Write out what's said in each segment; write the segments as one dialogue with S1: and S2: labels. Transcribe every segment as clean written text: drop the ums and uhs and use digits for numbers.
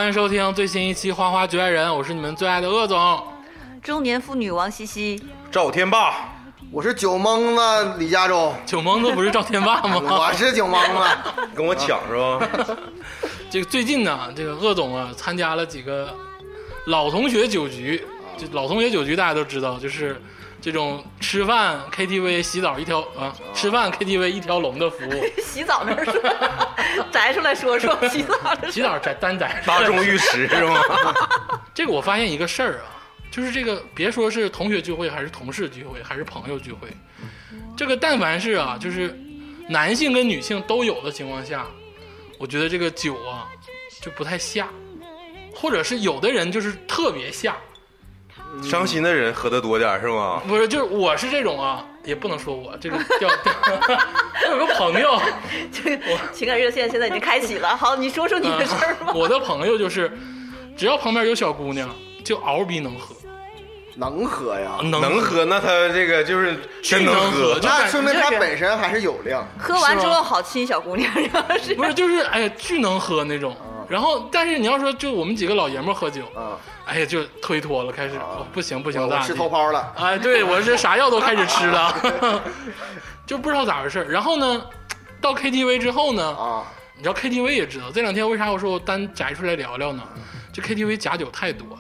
S1: 欢迎收听最新一期《花花局外人》，我是你们最爱的鄂总。
S2: 中年妇女王西西，
S3: 赵天霸，
S4: 我是酒蒙子李嘉洲。
S1: 酒蒙子不是赵天霸吗？
S4: 我是酒蒙子，
S3: 跟我抢是吧？
S1: 这个最近呢，这个鄂总啊参加了几个老同学酒局。这老同学酒局大家都知道，就是这种吃饭 KTV 洗澡吃饭 KTV 一条龙的服务。
S2: 洗澡那儿说摘出来说说洗澡的
S1: 洗澡单摘
S3: 大众浴池是吗？
S1: 这个我发现一个事儿啊，就是这个别说是同学聚会还是同事聚会还是朋友聚会，这个但凡是啊就是男性跟女性都有的情况下，我觉得这个酒啊就不太下，或者是有的人就是特别下。
S3: 伤心的人喝得多点是吗？
S1: 不是，就是我是这种啊，也不能说我这个掉。我有个朋友，
S2: 这个情感热线现在已经开启了。好，你说说你的事儿吧。
S1: 我的朋友就是，只要旁边有小姑娘，就嗷逼能喝。
S4: 能喝呀？
S3: 能喝，那他这个就是真能喝，
S4: 那说明他本身还是有量。
S2: 喝完之后好亲小姑娘，是
S1: 不是？就是哎呀，巨能喝那种。然后，但是你要说就我们几个老爷们喝酒，哎呀，就推脱了，开始不行，
S4: 我
S1: 咋
S4: 吃头泡了？
S1: 哎，对我是啥药都开始吃了，就不知道咋回事。然后呢，到 KTV 之后呢，你知道 KTV 也知道这两天为啥我说我单摘出来聊聊呢？这 KTV 假酒太多了。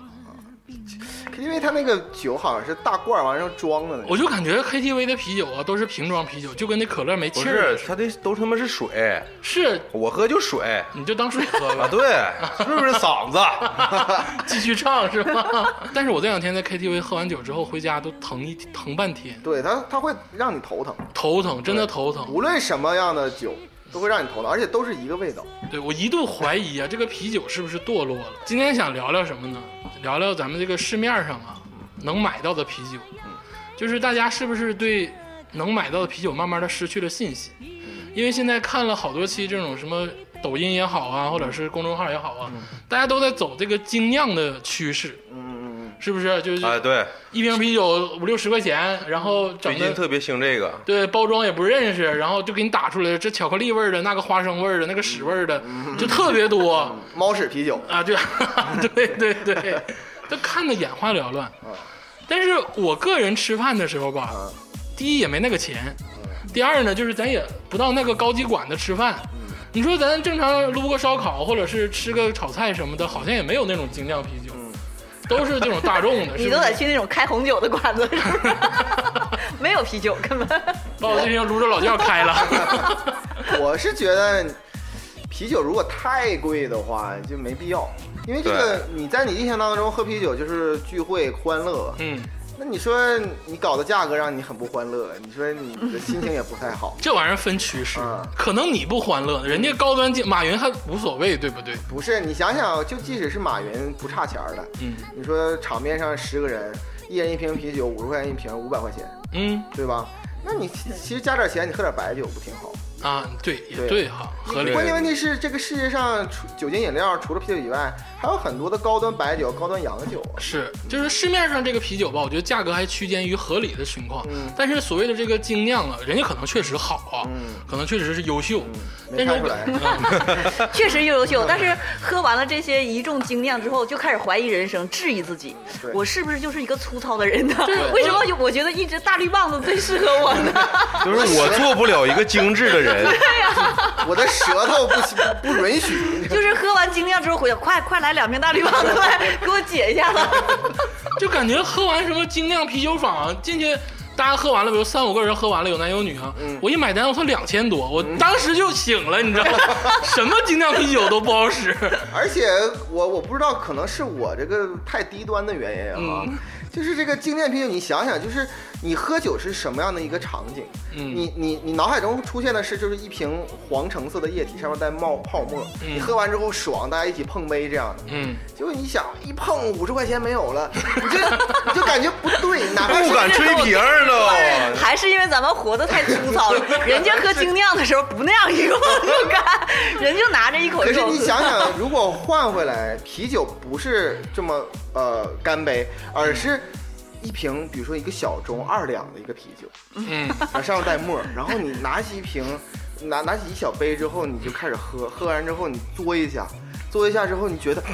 S4: KTV 他那个酒好像是大罐完了装的那个，
S1: 我就感觉 KTV 的啤酒啊都是瓶装啤酒，就跟那可乐没气儿。
S3: 不是，他的都他妈是水。
S1: 是
S3: 我喝就水，
S1: 你就当水喝吧。
S3: 啊，对，是不是嗓子？
S1: 继续唱是吗？但是我这两天在 KTV 喝完酒之后回家都疼半天。
S4: 对，他会让你头疼，
S1: 真的头疼。
S4: 无论什么样的酒都会让你头疼，而且都是一个味道。
S1: 对，我一度怀疑啊，这个啤酒是不是堕落了？今天想聊聊什么呢？聊聊咱们这个市面上啊能买到的啤酒，就是大家是不是对能买到的啤酒慢慢的失去了信心？因为现在看了好多期这种什么抖音也好啊，或者是公众号也好啊，大家都在走这个精酿的趋势。是不是？就是
S3: 对，
S1: 一瓶啤酒50-60块钱，然后整
S3: 最近特别兴这个，
S1: 对，包装也不认识，然后就给你打出来，这巧克力味的，那个花生味的，那个屎味的，就特别多。
S4: 猫屎啤酒
S1: 啊，对，对，都看得眼花缭乱。但是我个人吃饭的时候吧，第一也没那个钱，第二呢，就是咱也不到那个高级馆子吃饭。你说咱正常撸个烧烤，或者是吃个炒菜什么的，好像也没有那种精酿啤酒。都是这种大众的，
S2: 你都得去那种开红酒的馆子，是不是？没有啤酒，根本
S1: 把我这瓶泸州老窖开了。
S4: 我是觉得啤酒如果太贵的话就没必要，因为这个你在你印象当中喝啤酒就是聚会欢乐，那你说你搞的价格让你很不欢乐，你说你的心情也不太好。
S1: 这玩意儿分趋势，可能你不欢乐，人家高端马云还无所谓，对不对？
S4: 不是，你想想，就即使是马云不差钱的，你说场面上10个人，一人一瓶啤酒，50块钱一瓶，500块钱，对吧？那你其实加点钱，你喝点白酒不挺好？
S1: 啊，对，也对哈，合理。
S4: 关键问题是，这个世界上酒精饮料除了啤酒以外，还有很多的高端白酒、高端洋酒。
S1: 是，就是市面上这个啤酒吧，我觉得价格还区间于合理的情况。但是所谓的这个精酿啊，人家可能确实好啊，可能确实是优秀，
S4: 没看出来。
S2: 确实优秀，但是喝完了这些一众精酿之后，就开始怀疑人生，质疑自己，我是不是就是一个粗糙的人呢？为什么我觉得一直大绿棒子最适合我呢？
S3: 就是我做不了一个精致的人。
S2: 对呀，
S4: 我的舌头不允许。
S2: 就是喝完精酿之后回来，快来2瓶大绿棒子来给我解一下子。
S1: 就感觉喝完什么精酿啤酒坊进去，大家喝完了，比如3-5个人喝完了，有男有女啊，我一买单我说2000多，我当时就醒了，你知道吗？什么精酿啤酒都不好使。而
S4: 且我不知道，可能是我这个太低端的原因啊。就是这个精酿啤酒，你想想，就是你喝酒是什么样的一个场景？你脑海中出现的是就是一瓶黄橙色的液体，上面在冒泡沫，你喝完之后爽，大家一起碰杯这样的。结果你想一碰50块钱没有了，你就感觉不对，哪怕
S3: 不敢吹瓶了。
S2: 还是因为咱们活得太粗糙了，人家喝精酿的时候不那样一口就干，人就拿着一口。
S4: 可是你想想，如果换回来，啤酒不是这么干杯，而是一瓶，比如说一个小盅2两的一个啤酒，上面带沫，然后你拿起一瓶，拿起一小杯之后，你就开始喝，喝完之后你嘬一下之后，你觉得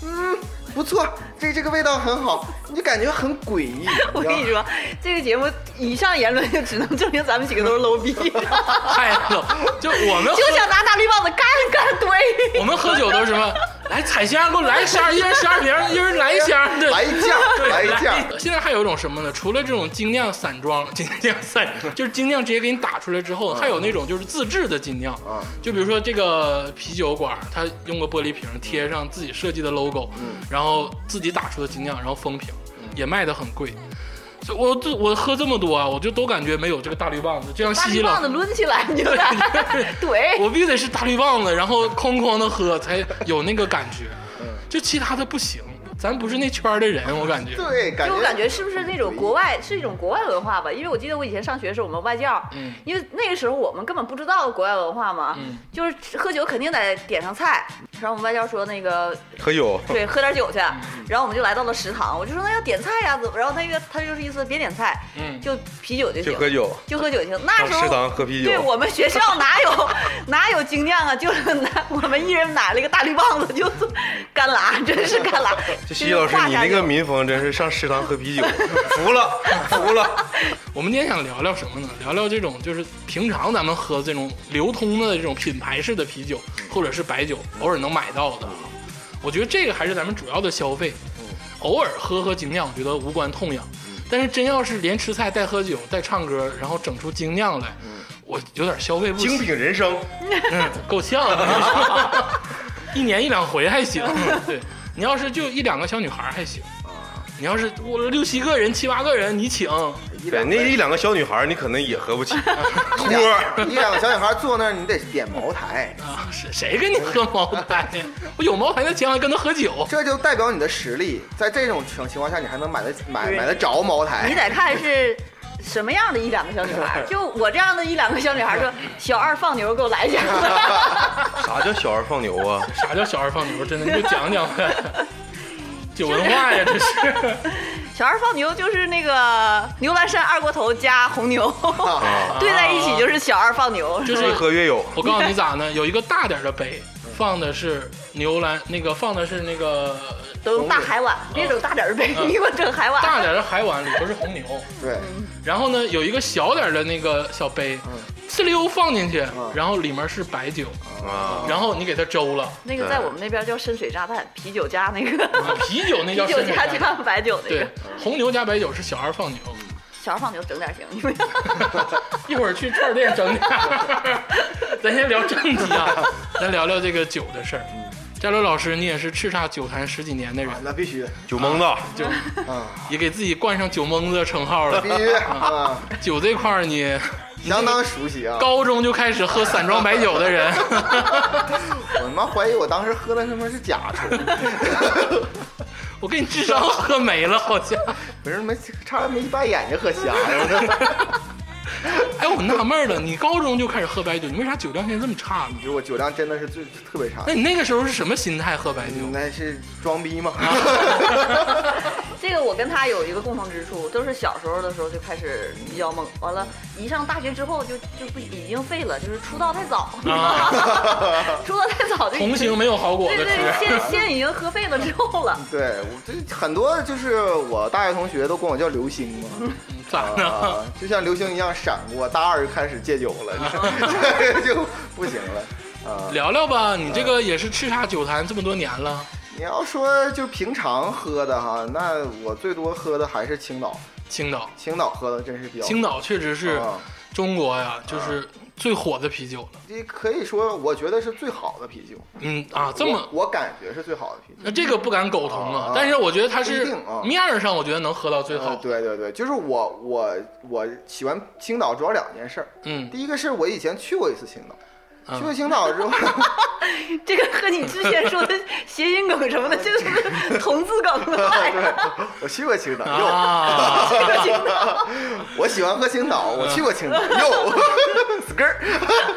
S4: 不错，这个味道很好，你就感觉很诡异。
S2: 我跟你说，这个节目以上言论就只能证明咱们几个都是 low 逼，
S1: 太 low。就我们
S2: 就想拿大绿棒子干怼。
S1: 我们喝酒都是什么？来彩箱，给我来一箱，一人12瓶，一人来一箱，对，
S4: 来一架，来一架。
S1: 现在还有一种什么呢？除了这种精酿散装，就是精酿直接给你打出来之后，还有那种就是自制的精酿。就比如说这个啤酒馆，它用个玻璃瓶贴上自己设计的 logo，然后自己打出的精酿，然后封瓶，也卖得很贵。我喝这么多啊，我就都感觉没有这个大绿棒子，就像西西老
S2: 大绿棒子抡起来你就来怼，
S1: 我必须得是大绿棒子，然后哐哐的喝才有那个感觉，就其他的不行。咱不是那圈的人，我感觉。
S4: 对，
S2: 就我感觉是不是那种国外是一种国外文化吧？因为我记得我以前上学的时候，我们外教，因为那个时候我们根本不知道国外文化嘛，就是喝酒肯定得点上菜，然后我们外教说那个
S3: 喝酒，
S2: 对，喝点酒去，然后我们就来到了食堂，我就说那要点菜呀，然后他就是意思别点菜，就啤酒就行，
S3: 就喝酒，
S2: 就喝酒就行。那时候
S3: 食堂喝啤酒，
S2: 对我们学校哪有精酿啊？就是我们一人拿了一个大绿棒子就干拉，真是干拉。
S3: 这西老师，你那个民风真是上食堂喝啤酒，服了。
S1: 我们今天想聊聊什么呢？聊聊这种就是平常咱们喝这种流通的这种品牌式的啤酒，或者是白酒，偶尔能买到的。我觉得这个还是咱们主要的消费。偶尔喝精酿，我觉得无关痛痒。但是真要是连吃菜带喝酒带唱歌，然后整出精酿来，我有点消费不起。
S3: 精品人生，
S1: 够呛。1年1-2回还行。对，你要是就1-2个小女孩还行。你要是我6、7个人、7、8个人，你请，
S3: 对，那1-2个小女孩你可能也喝不起，托
S4: 1-2个小女孩坐那儿，你得点茅台
S1: 啊！谁跟你喝茅台？我有茅台的钱还跟他喝酒，
S4: 这就代表你的实力。在这种情况下，你还能买得着茅台？
S2: 你得看是什么样的1-2个小女孩。就我这样的1-2个小女孩说，小2放牛给我来一下。
S3: 啥叫小2放牛啊？
S1: 啥叫小2放牛？真的你就讲讲呗。酒文化呀，这是。
S2: 小2放牛就是那个牛栏山2锅头加红牛，兑在一起就是小2放牛，
S1: 就是
S3: 越喝越有。
S1: 我告诉你咋呢？有一个大点的杯，放的是牛栏，那个放的是那个
S2: 都大海碗，别整大点的杯，你给我整海碗。
S1: 大点的海碗里头是红牛，
S4: 对。
S1: 然后呢，有一个小点的那个小杯，呲溜放进去，然后里面是白酒，然后你给它粥了。
S2: 那个在我们那边叫深水炸弹，啤酒加那个
S1: 啤酒那叫深水炸弹，
S2: 加白酒那个。
S1: 对，红牛加白酒是小2放牛。
S2: 小2放牛整点行，你们
S1: 一会儿去串店整点。咱先聊正题啊，咱聊聊这个酒的事儿。嘉伦老师，你也是叱咤酒坛10几年的人，
S4: 那必须
S3: 酒蒙子，
S1: 就也给自己冠上酒蒙子的称号了。
S4: 必须啊！
S1: 酒这块儿你
S4: 相当熟悉啊！
S1: 高中就开始喝散装白酒的人，
S4: 我他妈怀疑我当时喝的他妈是甲醇。
S1: 我给你智商喝没了，好像
S4: 不是差点没把眼睛喝瞎了。
S1: 哎，我纳闷了，你高中就开始喝白酒，你为啥酒量现在这么差呢？
S4: 就是我酒量真的是特别差。
S1: 那你那个时候是什么心态喝白酒？
S4: 那是装逼吗？
S2: 这个我跟他有一个共同之处，都是小时候的时候就开始比较猛，完了，一上大学之后就不已经废了，就是出道太早，出道太早就
S1: 同行没有好果子吃。
S2: 对，先已经喝废了之后了。
S4: 对，我这很多就是我大学同学都管我叫流星嘛。
S1: 咋呢？
S4: 就像流星一样闪过，大2就开始戒酒了，就不行了。
S1: 聊聊吧，你这个也是叱咤酒坛这么多年了。
S4: 你要说就平常喝的哈，那我最多喝的还是青岛。青岛喝的真是比较。
S1: 青岛确实是中国呀，就是最火的啤酒了。
S4: 这可以说，我觉得是最好的啤酒。
S1: 这么
S4: 我感觉是最好的啤酒。
S1: 那这个不敢苟同啊，但是我觉得它是面上，我觉得能喝到最好。
S4: 对，就是我喜欢青岛主要2件事。第一个是我以前去过一次青岛。去过青岛之后，
S2: 这个和你之前说的谐音梗什么的，这个是同字梗的。
S4: 对，我去过青岛，去过青岛，我喜欢喝青岛，我去过青岛，死根儿，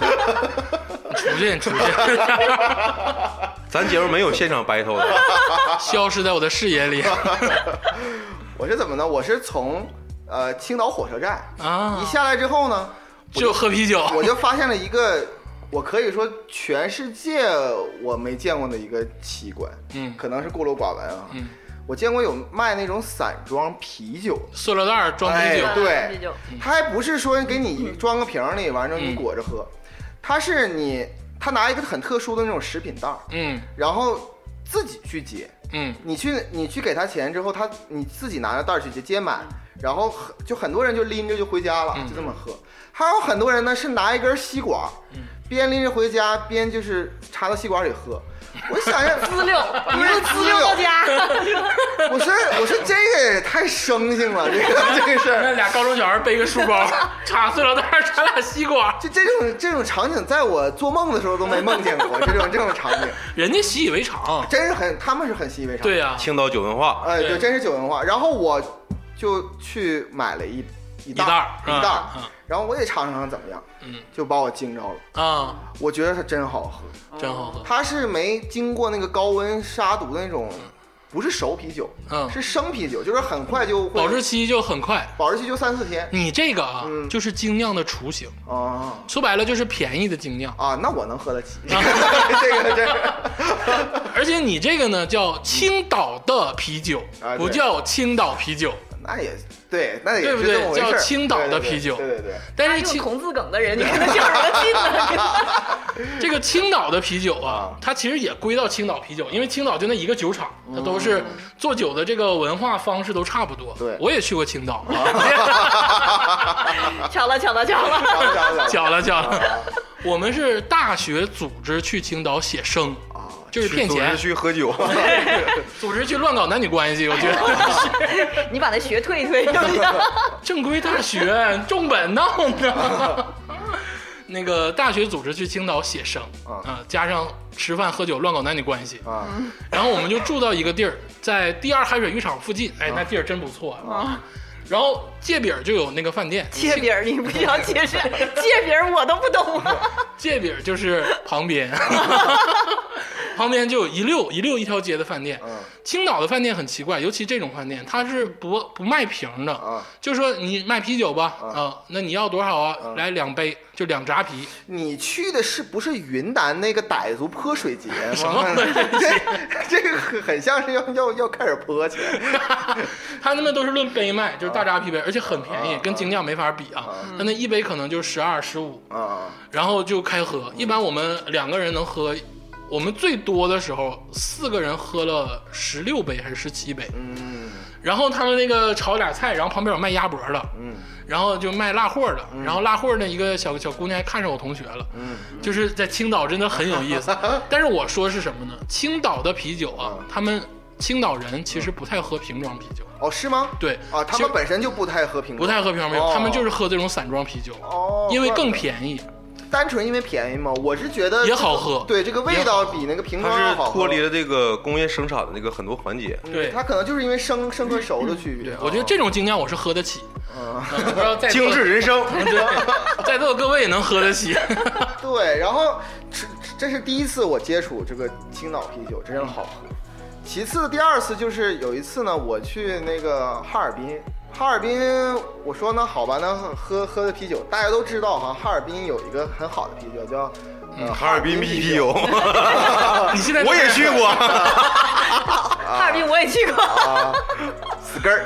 S1: 出去，
S3: 咱节目没有现场 battle 的，
S1: 消失在我的视野里。
S4: 我是怎么呢？我是从青岛火车站一下来之后呢，
S1: 就喝啤酒，
S4: 我就发现了一个我可以说全世界我没见过的一个奇观，可能是孤陋寡闻啊。我见过有卖那种散装啤酒，
S1: 塑料袋装啤酒，
S4: 对，他还不是说给你装个瓶里，完了你裹着喝，他拿一个很特殊的那种食品袋，然后自己去接，你去给他钱之后，你自己拿着袋去接满，然后就很多人就拎着就回家了，就这么喝。还有很多人呢是拿一根吸管，边拎着回家边就是插到吸管里喝。我想想，
S2: 滋溜，一路滋溜到家。
S4: 我说这个也太生性了，这个事儿。
S1: 那俩高中小孩背个书包，插塑料袋，插俩吸管，
S4: 就这种场景，在我做梦的时候都没梦见过这种场景。
S1: 人家习以为常，
S4: 真是他们是很习以为常。
S1: 对呀，
S3: 青岛酒文化，
S4: 对，真是酒文化。然后我就去买了一袋，然后我也尝尝怎么样，就把我惊着了啊！我觉得它真好喝，
S1: 真好喝。
S4: 它是没经过那个高温杀毒的那种，不是熟啤酒，是生啤酒，就是很快就会
S1: 保质期就很快，
S4: 保质期就3-4天。
S1: 你这个就是精酿的雏形啊，说白了就是便宜的精酿
S4: 啊，那我能喝得起。这个真是，
S1: 而且你这个呢叫青岛的啤酒，不叫青岛啤酒。
S4: 那也对，那也
S1: 对不对？叫青岛的啤酒，
S4: 对。
S2: 但是用同字梗的人，你跟他较什么劲呢？
S1: 这个青岛的啤酒啊，它其实也归到青岛啤酒，因为青岛就那一个酒厂，它都是做酒的这个文化方式都差不多。
S4: 对，
S1: 我也去过青岛。
S2: 巧了。
S1: 我们是大学组织去青岛写生。就是骗钱
S3: 去喝酒，
S1: 组织去乱搞男女关系，我觉得
S2: 你把那学退一退，
S1: 正规大学重本闹呢。那个大学组织去青岛写生加上吃饭喝酒乱搞男女关系然后我们就住到一个地儿，在第2海水浴场附近，哎，那地儿真不错啊。然后界饼就有那个饭店，
S2: 界饼你不需要解释，界饼我都不懂。
S1: 界饼就是旁边，旁边就有一条街的饭店。青岛的饭店很奇怪，尤其这种饭店，它是不卖瓶的，就说你卖啤酒吧，那你要多少啊？来2杯，就2扎啤。
S4: 你去的是不是云南那个傣族泼水节吗？
S1: 什么？
S4: 这个很像是要开始泼起来。
S1: 他那边都是论杯卖，就是大扎啤杯，而且很便宜，跟精酿没法比啊。他那一杯可能就12、15，然后就开喝。一般我们2个人能喝。我们最多的时候4个人喝了16杯还是17杯，然后他们那个炒点菜，然后旁边有卖鸭脖的，然后就卖辣货的，然后辣货的一个小姑娘还看上我同学了，就是在青岛真的很有意思。但是我说是什么呢？青岛的啤酒啊，他们青岛人其实不太喝瓶装啤酒。
S4: 哦，是吗？
S1: 对
S4: 啊，他们本身就不太喝瓶装，
S1: 不太喝瓶装啤酒，他们就是喝这种散装啤酒，因为更便宜。
S4: 单纯因为便宜吗？我是觉得
S1: 也好喝，
S4: 对，这个味道比那个瓶装要好喝。
S3: 它是脱离了这个工业生产的那个很多环节。
S1: 对，
S4: 它可能就是因为生和熟的区别。
S1: 我觉得这种精酿我是喝得起，不知道
S3: 精致人生，
S1: 在座各位也能喝得起。
S4: 对，然后这是第一次我接触这个青岛啤酒，真是好喝。其次，第2次就是有一次呢，我去那个哈尔滨。哈尔滨，我说呢，好吧，那喝的啤酒，大家都知道哈，哈尔滨有一个很好的啤酒叫
S3: 哈尔滨啤酒。
S1: 你现在
S3: 我也去过，
S2: 哈尔滨我也去过。
S4: 死根儿，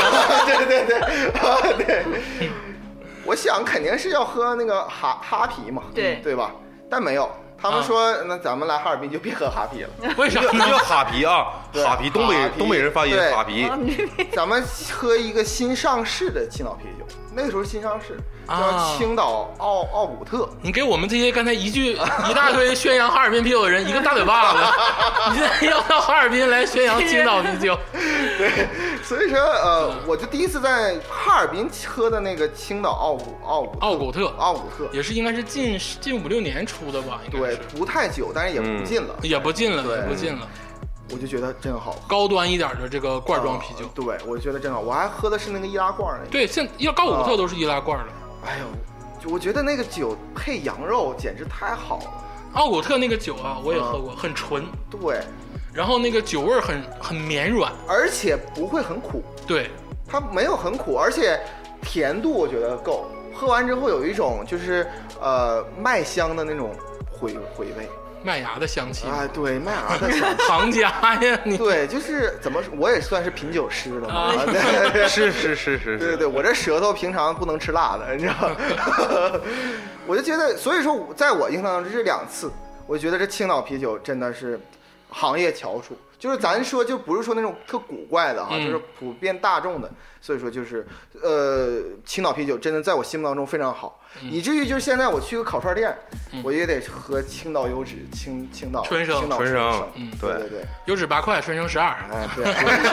S4: 对，我想肯定是要喝那个哈啤嘛，对吧？但没有。他们说，那咱们来哈尔滨就别喝哈啤了。
S1: 为啥呢？
S3: 叫哈啤啊，哈啤，东北人发音哈啤。
S4: 咱们喝一个新上市的青岛啤酒，那个时候新上市，叫青岛奥古特。
S1: 你给我们这些刚才一大堆宣扬哈尔滨啤酒的人一个大嘴巴子，你现在要到哈尔滨来宣扬青岛啤酒。
S4: 对，所以说我就第一次在哈尔滨喝的那个青岛奥古特
S1: 也是应该是近5、6年出的吧？应该是。
S4: 对，不太久，但是也不近了，
S1: 也不近了。
S4: 我就觉得真好喝，
S1: 高端一点的这个罐装啤酒。
S4: 对，我觉得真好。我还喝的是那个易拉罐那个。
S1: 对，现在高古特都是易拉罐的。
S4: 哎呦，我觉得那个酒配羊肉简直太好了。
S1: 奥古特那个酒啊，我也喝过，很纯。
S4: 对，
S1: 然后那个酒味很绵软，
S4: 而且不会很苦。
S1: 对，
S4: 它没有很苦，而且甜度我觉得够。喝完之后有一种就是麦香的那种回味。
S1: 麦芽的香气，
S4: 哎，对，麦芽的香气，
S1: 糖家呀，你
S4: 对，就是怎么说，我也算是品酒师了嘛，
S3: 是，
S4: 对对，我这舌头平常不能吃辣的，你知道，我就觉得，所以说，在我印象当中这2次，我觉得这青岛啤酒真的是行业翘楚。就是咱说，就不是说那种特古怪的哈，就是普遍大众的，所以说就是青岛啤酒真的在我心目当中非常好，以至于就是现在我去个烤串店，我也得喝青岛优质青岛
S1: 春生，
S4: 对，
S1: 优质8块，春生12，
S4: 哎对，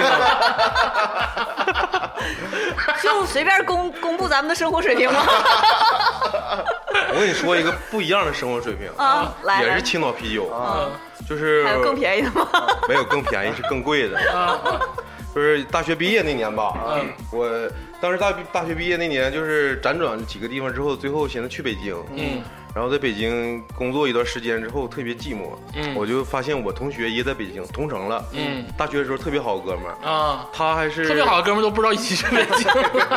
S2: 就随便公布咱们的生活水平吗？
S3: 我跟你说一个不一样的生活水平
S2: 啊，来，
S3: 也是青岛啤酒
S4: 啊。
S3: 就是
S2: 还有更便宜的吗？
S3: 没有更便宜，是更贵的。就是大学毕业那年吧，我当时大学毕业那年，就是辗转几个地方之后，最后现在去北京。然后在北京工作一段时间之后，特别寂寞。我就发现我同学也在北京同城了。大学的时候特别好的哥们儿啊，他还是
S1: 特别好的哥们儿都不知道一起去北京。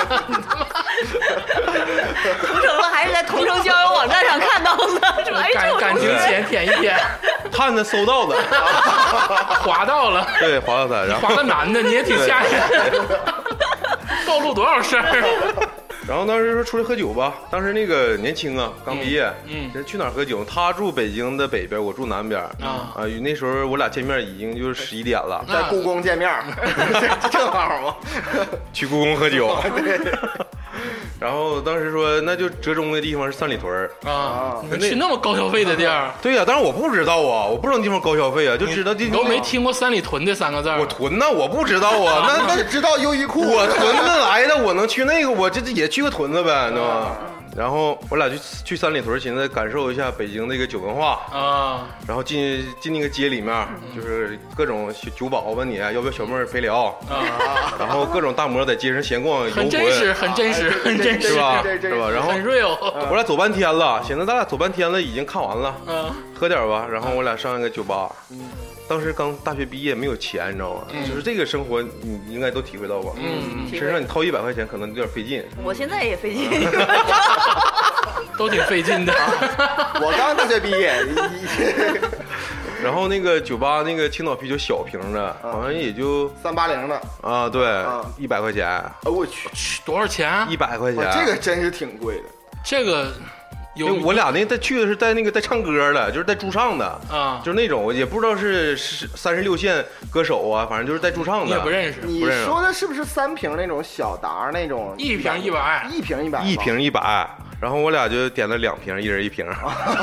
S2: 同城了，还是在同城交友网站上看到的，
S1: 感情浅舔一舔，
S3: 看的搜到的，
S1: 滑到了，
S3: 对，滑到他，然后
S1: 滑个男的，你也挺吓人，暴露多少事儿。
S3: 然后当时说出来喝酒吧，当时那个年轻啊，刚毕业，去哪儿喝酒？他住北京的北边，我住南边那时候我俩见面已经就是11点了，
S4: 在故宫见面，正好嘛，
S3: 去故宫喝酒。然后当时说那就折中的地方是三里屯
S1: 啊，去那么高消费的地儿？
S3: 对呀，但是我不知道啊，我不知道地方高消费啊，就知道地
S1: 都没听过三里屯这3个字。
S3: 我屯呢，我不知道啊，
S4: 那知道优衣库，
S3: 我屯子来的，我能去那个，我这也去个屯子呗，对吧？然后我俩去三里屯，寻思感受一下北京那个酒文化啊。然后进那个街里面，就是各种酒保问你要不要小妹儿陪聊啊。然后各种大模在街上闲逛，
S1: 很真实，很真实，很真实，
S3: 是吧？是吧？然后
S1: 很 real。
S3: 我俩走半天了，寻思咱俩走半天了，已经看完了，喝点吧。然后我俩上一个酒吧。当时刚大学毕业，没有钱，你知道吗？就是这个生活，你应该都体会到吧？身上你掏100块钱可能有点费劲。
S2: 我现在也费劲，
S1: 都挺费劲的。
S4: 我刚大学毕业。
S3: 然后那个酒吧那个青岛啤酒小瓶的，好像也就
S4: 380的
S3: 啊，对，100块钱。
S4: 我去，
S1: 多少钱
S3: ？100块钱。
S4: 这个真是挺贵的。
S1: 这个。
S3: 我俩那去的是带唱歌的，就是带驻唱的啊，就是那种我也不知道是36线歌手啊，反正就是带驻唱的。
S1: 你也不认识？
S4: 你说的是不是3瓶那种小达那种
S1: ？1瓶100，1
S4: 瓶100
S3: ，1瓶100。然后我俩就点了2瓶，一人1瓶。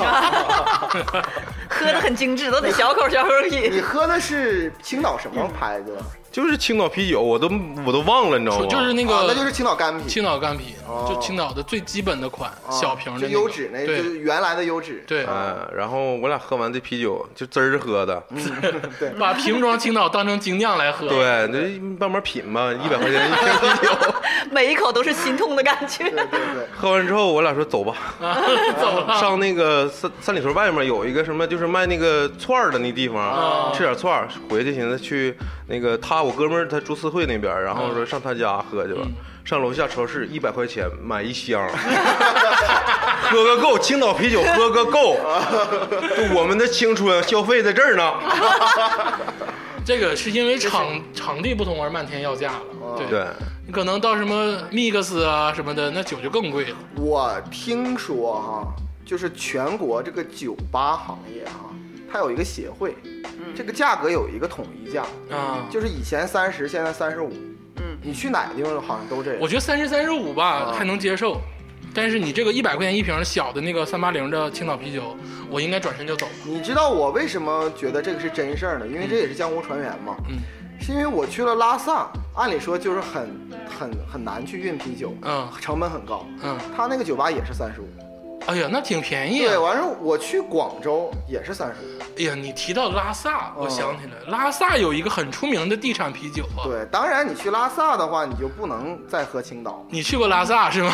S2: 喝的很精致，都得小口品。
S4: 你喝的是青岛什么牌子？
S3: 就是青岛啤酒，我都忘了，你知道吗？
S1: 就是那个，
S4: 那就是青岛干啤。
S1: 青岛干啤，就青岛的最基本的款，小瓶的，
S4: 优质那，就是原来的优质。
S1: 对，
S3: 然后我俩喝完这啤酒就滋儿喝的，
S4: 对，
S1: 把瓶装青岛当成精酿来喝。
S3: 对，那慢慢品吧，100块钱1瓶啤酒，
S2: 每一口都是心痛的感觉。
S4: 对。
S3: 喝完之后，我俩说走吧，
S1: 走了。
S3: 上那个三里屯外面有一个什么，就是卖那个串儿的那地方，吃点串儿，回去寻思去那个我哥们儿他住四惠那边，然后说上他家喝去吧。上楼下超市100块钱买1箱，喝个够，青岛啤酒喝个够，就我们的青春消费在这儿呢。
S1: 这个是因为场地不同而漫天要价了。
S3: 对，
S1: 你可能到什么 Mix 啊什么的，那酒就更贵了。
S4: 我听说哈，就是全国这个酒吧行业哈，它有一个协会，这个价格有一个统一价啊，就是以前30，现在35。你去哪个地方好像都这样。
S1: 我觉得30、35吧还能接受，但是你这个100块钱1瓶小的那个380的青岛啤酒，我应该转身就走了。
S4: 你知道我为什么觉得这个是真事儿呢？因为这也是江湖传言嘛。是因为我去了拉萨，按理说就是很难去运啤酒，成本很高，他那个酒吧也是35。
S1: 哎呀，那挺便宜啊。
S4: 对，完事我去广州也是35。
S1: 哎呀，你提到拉萨，我想起来，拉萨有一个很出名的地产啤酒啊。
S4: 对，当然你去拉萨的话，你就不能再喝青岛。
S1: 你去过拉萨是吗？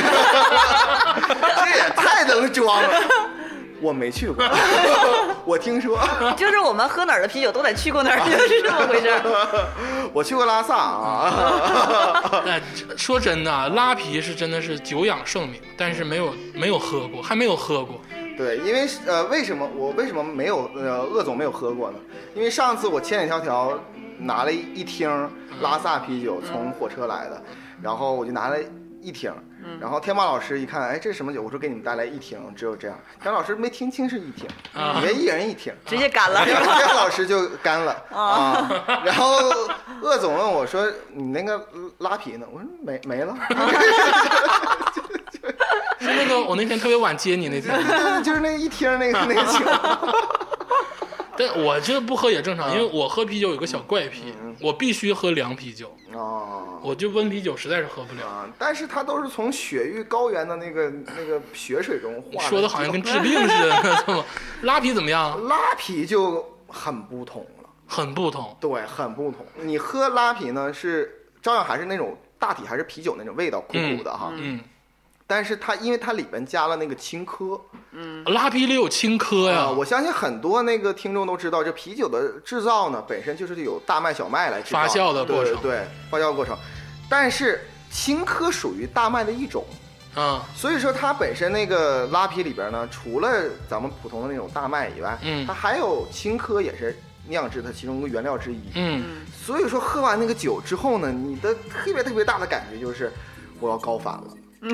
S4: 这也太能装了。我没去过，我听说，
S2: 就是我们喝哪儿的啤酒都得去过哪儿，就是这么回事。
S4: 我去过拉萨啊。
S1: 说真的，拉啤是真的是久仰盛名，但是没有喝过，还没有喝过。
S4: 对，因为为什么没有鄂总没有喝过呢？因为上次我千里迢迢拿了一听拉萨啤酒从火车来的，然后我就拿了一听，然后天霸老师一看，哎，这是什么酒？我说给你们带来一听，只有这样。天老师没听清是一听，以为一人一听，
S2: 直接干了。
S4: 天老师就干了啊。然后鄂总问我说：“你那个拉皮呢？”我说没了。
S1: 是那个我那天特别晚接你那天，
S4: 就是那一听那个酒。
S1: 但我这不喝也正常，因为我喝啤酒有个小怪癖，我必须喝凉啤酒。我就温啤酒实在是喝不了。
S4: 但是它都是从雪域高原的那个雪水中化的。
S1: 说的好像跟治病似的，这么拉皮怎么样？
S4: 拉皮就很不同了，
S1: 很不同。
S4: 对，很不同。你喝拉皮呢，是照样还是那种大体还是啤酒那种味道，苦苦的哈。但是因为它里边加了那个青稞，
S1: 拉皮里有青稞呀。
S4: 我相信很多那个听众都知道，这啤酒的制造呢，本身就是有大麦、小麦来制造
S1: 发酵的过程，
S4: 对，发酵过程。但是青稞属于大麦的一种，所以说它本身那个拉皮里边呢，除了咱们普通的那种大麦以外，它还有青稞，也是酿制它其中一个原料之一。所以说喝完那个酒之后呢，你的特别特别大的感觉就是我要高反了。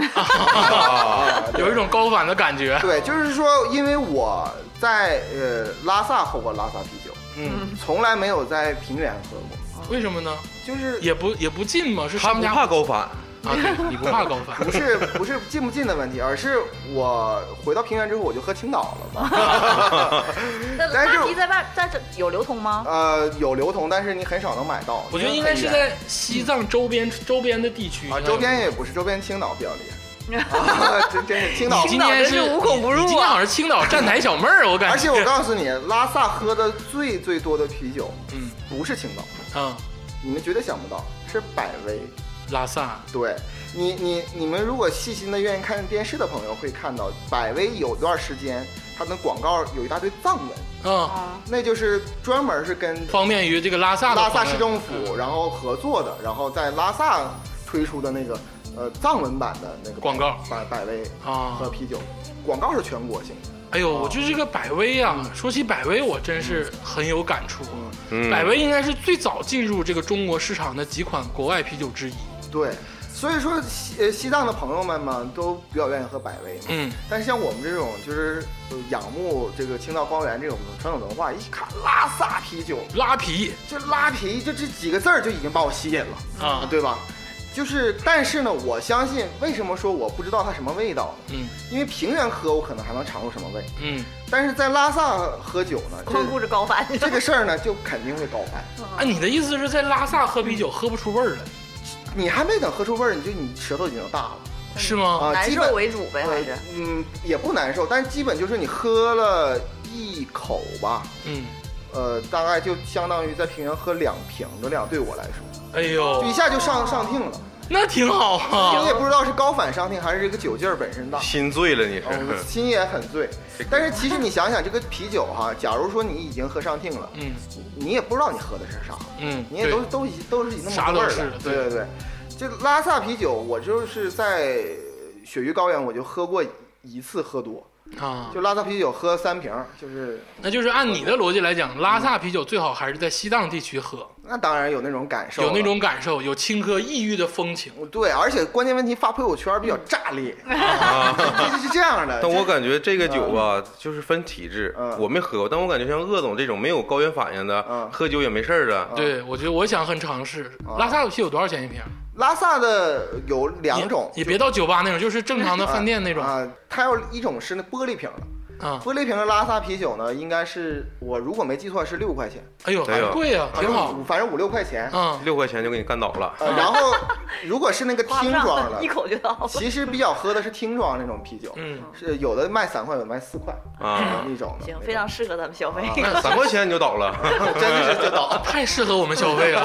S1: 有一种高反的感觉。
S4: 对，就是说，因为我在拉萨喝过拉萨啤酒，从来没有在平原喝过。
S1: 为什么呢？
S4: 就是
S1: 也不近嘛，是
S3: 他不怕高反
S1: 啊？对，你不怕高反？
S4: 不是近不近的问题，而是我回到平原之后我就喝青岛了嘛。
S2: 那拉皮在这有流通吗？
S4: 有流通，但是你很少能买到。
S1: 我觉得应该是在西藏周边的地区
S4: 啊，周边也不是，周边青岛比较厉害。真是青岛，
S1: 今天是
S2: 无孔不入。
S1: 你今天好像是青岛站台小妹儿，我感觉。
S4: 而且我告诉你，拉萨喝的最多的啤酒，不是青岛，你们绝对想不到，是百威。
S1: 拉萨，
S4: 对你们如果细心的愿意看电视的朋友会看到，百威有段时间它的广告有一大堆藏文，那就是专门是跟
S1: 方便于这个拉萨
S4: 市政府然后合作的，然后在拉萨推出的那个藏文版的那个
S1: 广告，
S4: 百威和啤酒广告是全国性的。
S1: 哎呦，我觉得这个百威啊，说起百威，我真是很有感触。百威应该是最早进入这个中国市场的几款国外啤酒之一。
S4: 对，所以说西藏的朋友们嘛，都比较愿意喝百威嘛。但是像我们这种就是仰慕这个青藏高原这种传统文化，一看拉萨啤酒，
S1: 拉皮，
S4: 就这几个字儿就已经把我吸引了啊，对吧？就是，但是呢，我相信，为什么说我不知道它什么味道呢？因为平原喝我可能还能尝出什么味，但是在拉萨喝酒呢，
S2: 光顾着高反
S4: 这个事儿呢，就肯定会高反。
S1: 你的意思是在拉萨喝啤酒喝不出味儿来？
S4: 你还没等喝出味儿，你舌头已经大了，
S1: 是吗？
S2: 难受为主呗，还是？
S4: 也不难受，但是基本就是你喝了一口吧，大概就相当于在平原喝2瓶的量，对我来说，
S1: 哎呦，
S4: 一下就上听了。
S1: 那挺好啊！
S4: 你也不知道是高反上听还是这个酒劲儿本身大，
S3: 心醉了你是？
S4: 心也很醉。但是其实你想想，这个啤酒哈，假如说你已经喝上听了，你也不知道你喝的是啥，你也都是那么个味儿的。对，这拉萨啤酒，我就是在雪域高原我就喝过一次喝多。就拉萨啤酒喝3瓶，
S1: 那就是按你的逻辑来讲，拉萨啤酒最好还是在西藏地区喝。
S4: 那当然有那种感受，
S1: 有青稞异域的风情。
S4: 对，而且关键问题发朋友圈比较炸裂，是这样的。
S3: 但我感觉这个酒吧就是分体质，我没喝过，但我感觉像鄂总这种没有高原反应的，喝酒也没事的。
S1: 对，我觉得我想很尝试。拉萨的啤酒多少钱一瓶？
S4: 拉萨的有2种，
S1: 也别到酒吧那种，就是正常的饭店那种
S4: 它有一种是那玻璃瓶的玻璃瓶的拉萨啤酒呢，应该是我如果没记错是6块钱。
S1: 哎呦，还贵啊，挺好，
S4: 反正5-6块钱
S3: ，6块钱就给你干倒了。
S4: 然后如果是那个听装的，
S2: 一口就倒了。
S4: 其实比较喝的是听装那种啤酒，是有的卖3块，有的卖4块那种的。
S2: 行，非常适合咱们消费。
S3: 3块钱你就倒了，
S4: 真的是就倒，
S1: 太适合我们消费了。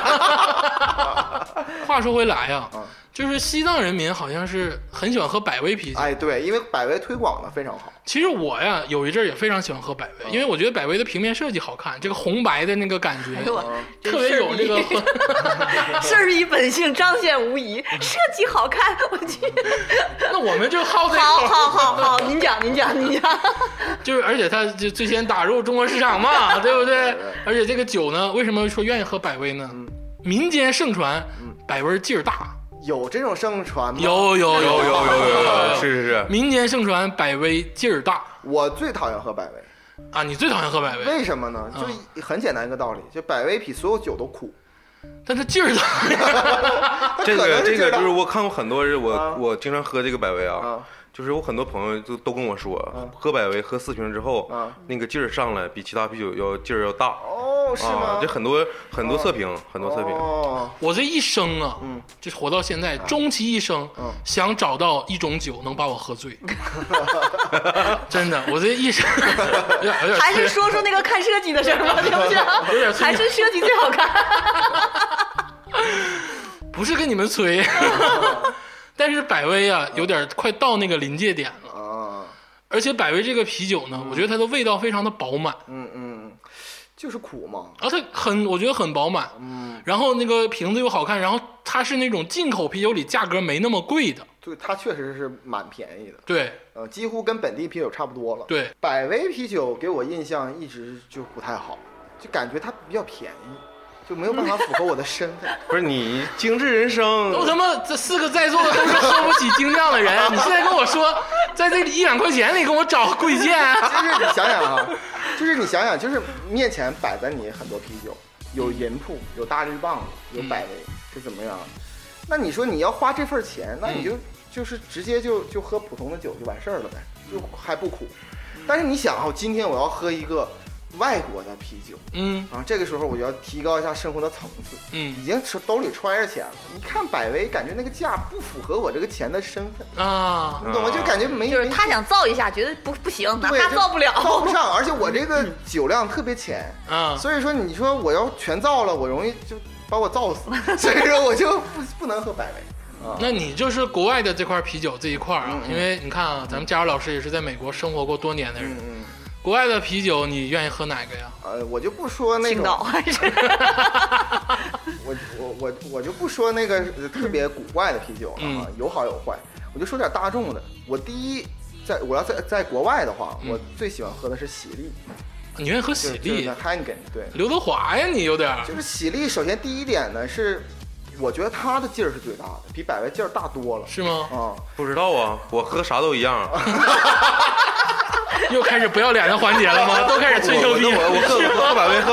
S1: 话说回来呀，就是西藏人民好像是很喜欢喝百威啤酒。
S4: 哎，对，因为百威推广的非常好。
S1: 其实我呀有一阵也非常喜欢喝百威，因为我觉得百威的平面设计好看，这个红白的那个感觉，特别有这个
S2: 事儿逼本性彰显无疑，设计好看，我去。
S1: 那我们就好这个。
S2: 好，您讲。 呀，你呀，
S1: 就是而且它就最先打入中国市场嘛，对不对？而且这个酒呢，为什么说愿意喝百威呢？民间盛传百威劲儿大。
S4: 有这种盛传吗？
S1: 有，
S3: 是，
S1: 民间盛传百威劲儿大。
S4: 我最讨厌喝百威
S1: 啊！你最讨厌喝百威？
S4: 为什么呢？就很简单一个道理，就百威比所有酒都苦，
S1: 但它劲儿大。
S3: 这个就是我看过很多人，我经常喝这个百威啊。就是我很多朋友都跟我说，喝百威喝4瓶之后，那个劲儿上来比其他啤酒劲儿要大。
S4: 哦，是吗？
S3: 这很多测评，很多测评。
S1: 我这一生啊，就活到现在，终其一生，想找到一种酒能把我喝醉。真的，我这一生
S2: 还是说出那个看设计的事儿吧，行不行？还是设计最好看。
S1: 不是跟你们吹。但是百威啊，有点快到那个临界点了而且百威这个啤酒呢，我觉得它的味道非常的饱满，
S4: 就是苦嘛，
S1: 我觉得很饱满，然后那个瓶子又好看，然后它是那种进口啤酒里价格没那么贵的，
S4: 对，它确实是蛮便宜的，
S1: 对，
S4: 几乎跟本地啤酒差不多了，
S1: 对，
S4: 百威啤酒给我印象一直就不太好，就感觉它比较便宜。就没有办法符合我的身份。
S3: 不是你精致人生，
S1: 都他妈这4个在座的都是喝不起精酿的人，你现在跟我说，在这1-2块钱里给我找贵贱，
S4: 就是你想想啊，就是面前摆在你很多啤酒，有银铺，有大绿棒子，有百威，是怎么样？那你说你要花这份钱，那你就是直接就喝普通的酒就完事儿了呗，就还不苦。但是你想啊，今天我要喝一个外国的啤酒，这个时候我就要提高一下生活的层次，已经兜里揣着钱了。你看百威，感觉那个价不符合我这个钱的身份啊，你懂吗？就感觉没，
S2: 就是他想造一下，觉得不行，哪怕造不了，
S4: 造不上。而且我这个酒量特别浅所以说你说我要全造了，我容易就把我造死，所以说我就不能喝百威。
S1: 那你就是国外的这块啤酒这一块啊，因为你看啊，咱们佳茹老师也是在美国生活过多年的人。国外的啤酒你愿意喝哪个呀？
S4: 我就不说那种，
S2: 青岛还是
S4: 我就不说那个特别古怪的啤酒了有好有坏，我就说点大众的。我第一，我要在国外的话，我最喜欢喝的是喜力。
S1: 你愿意喝喜力
S4: ？Heineken 对。
S1: 刘德华呀，你有点。
S4: 就是喜力，首先第一点呢是，我觉得它的劲儿是最大的，比百威劲儿大多了。
S1: 是吗？
S3: 不知道啊，我喝啥都一样。
S1: 又开始不要脸的环节了吗？都开始吹牛逼。
S3: 我喝百威，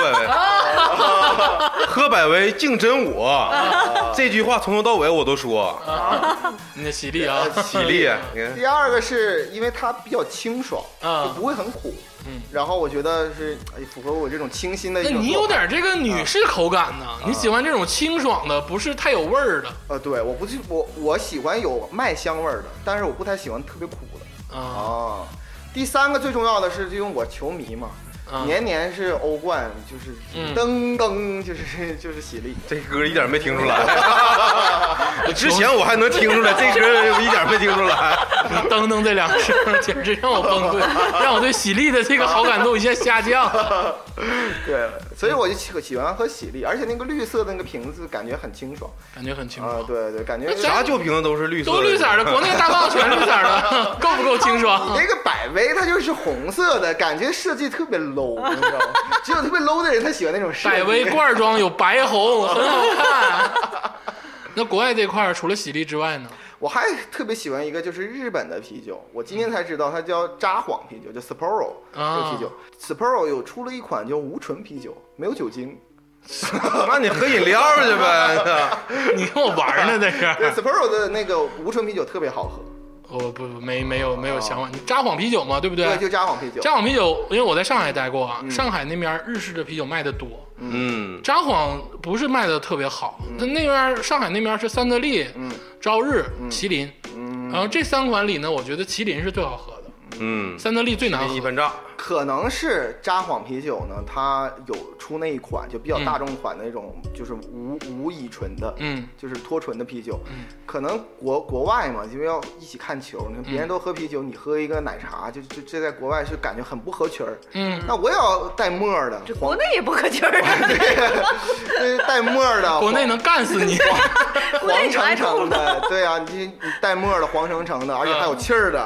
S3: 喝百威竞争我，这句话从头到尾我都说。
S1: 你的喜力啊，
S3: 喜力。
S4: 第二个是因为它比较清爽，就不会很苦。然后我觉得是符合我这种清新的一种。
S1: 那你有点这个女士口感呢？你喜欢这种清爽的，不是太有味儿的？
S4: 对，我喜欢有麦香味儿的，但是我不太喜欢特别苦的。第三个最重要的是，因为我球迷嘛，年年是欧冠，就是噔噔，就是喜力。
S3: 这歌一点没听出来，之前我还能听出来，这歌一点没听出来。
S1: 噔噔这2个声简直让我崩溃，让我对喜力的这个好感度一下下降。
S4: 对，所以我就喜欢喝喜力，而且那个绿色的那个瓶子感觉很清爽，对，感觉
S3: 啥酒瓶子都是绿色的，
S1: 都绿色的，国内大棒全绿色的，够不够清爽？
S4: 你那个百威它就是红色的，感觉设计特别 low， 你知道吗？只有特别 low 的人才喜欢那种设计。
S1: 百威罐装有白红，很好看。那国外这块除了喜力之外呢？
S4: 我还特别喜欢一个就是日本的啤酒，我今天才知道它叫札幌啤酒，叫 Sapporo 这个啤酒。Sapporo 有出了一款叫无醇啤酒，没有酒精。
S3: 那你喝饮料去呗，
S1: 你跟我玩呢这是。
S4: 对 Sapporo 的那个无醇啤酒特别好喝。
S1: 没有想法。你札幌啤酒嘛，对不对？
S4: 对，就札幌啤酒。
S1: 札幌啤酒，因为我在上海待过上海那边日式的啤酒卖的多。札幌不是卖的特别好，那边上海那边是三得利、朝日、麒麟，然后这3款里呢，我觉得麒麟是最好喝的。三得利最难喝，
S3: 一分炸。
S4: 可能是札幌啤酒呢，它有出那一款就比较大众款的那种，就是无乙醇的，就是脱醇的啤酒。可能国外嘛，因为要一起看球，你看别人都喝啤酒，你喝一个奶茶，就这在国外是感觉很不合群儿。那我也要带沫的，
S2: 这国内也不合群儿。
S4: 对，带沫的，
S1: 国内能干死你。
S4: 黄澄澄的，对啊，你带沫的黄澄澄的，而且还有气儿的。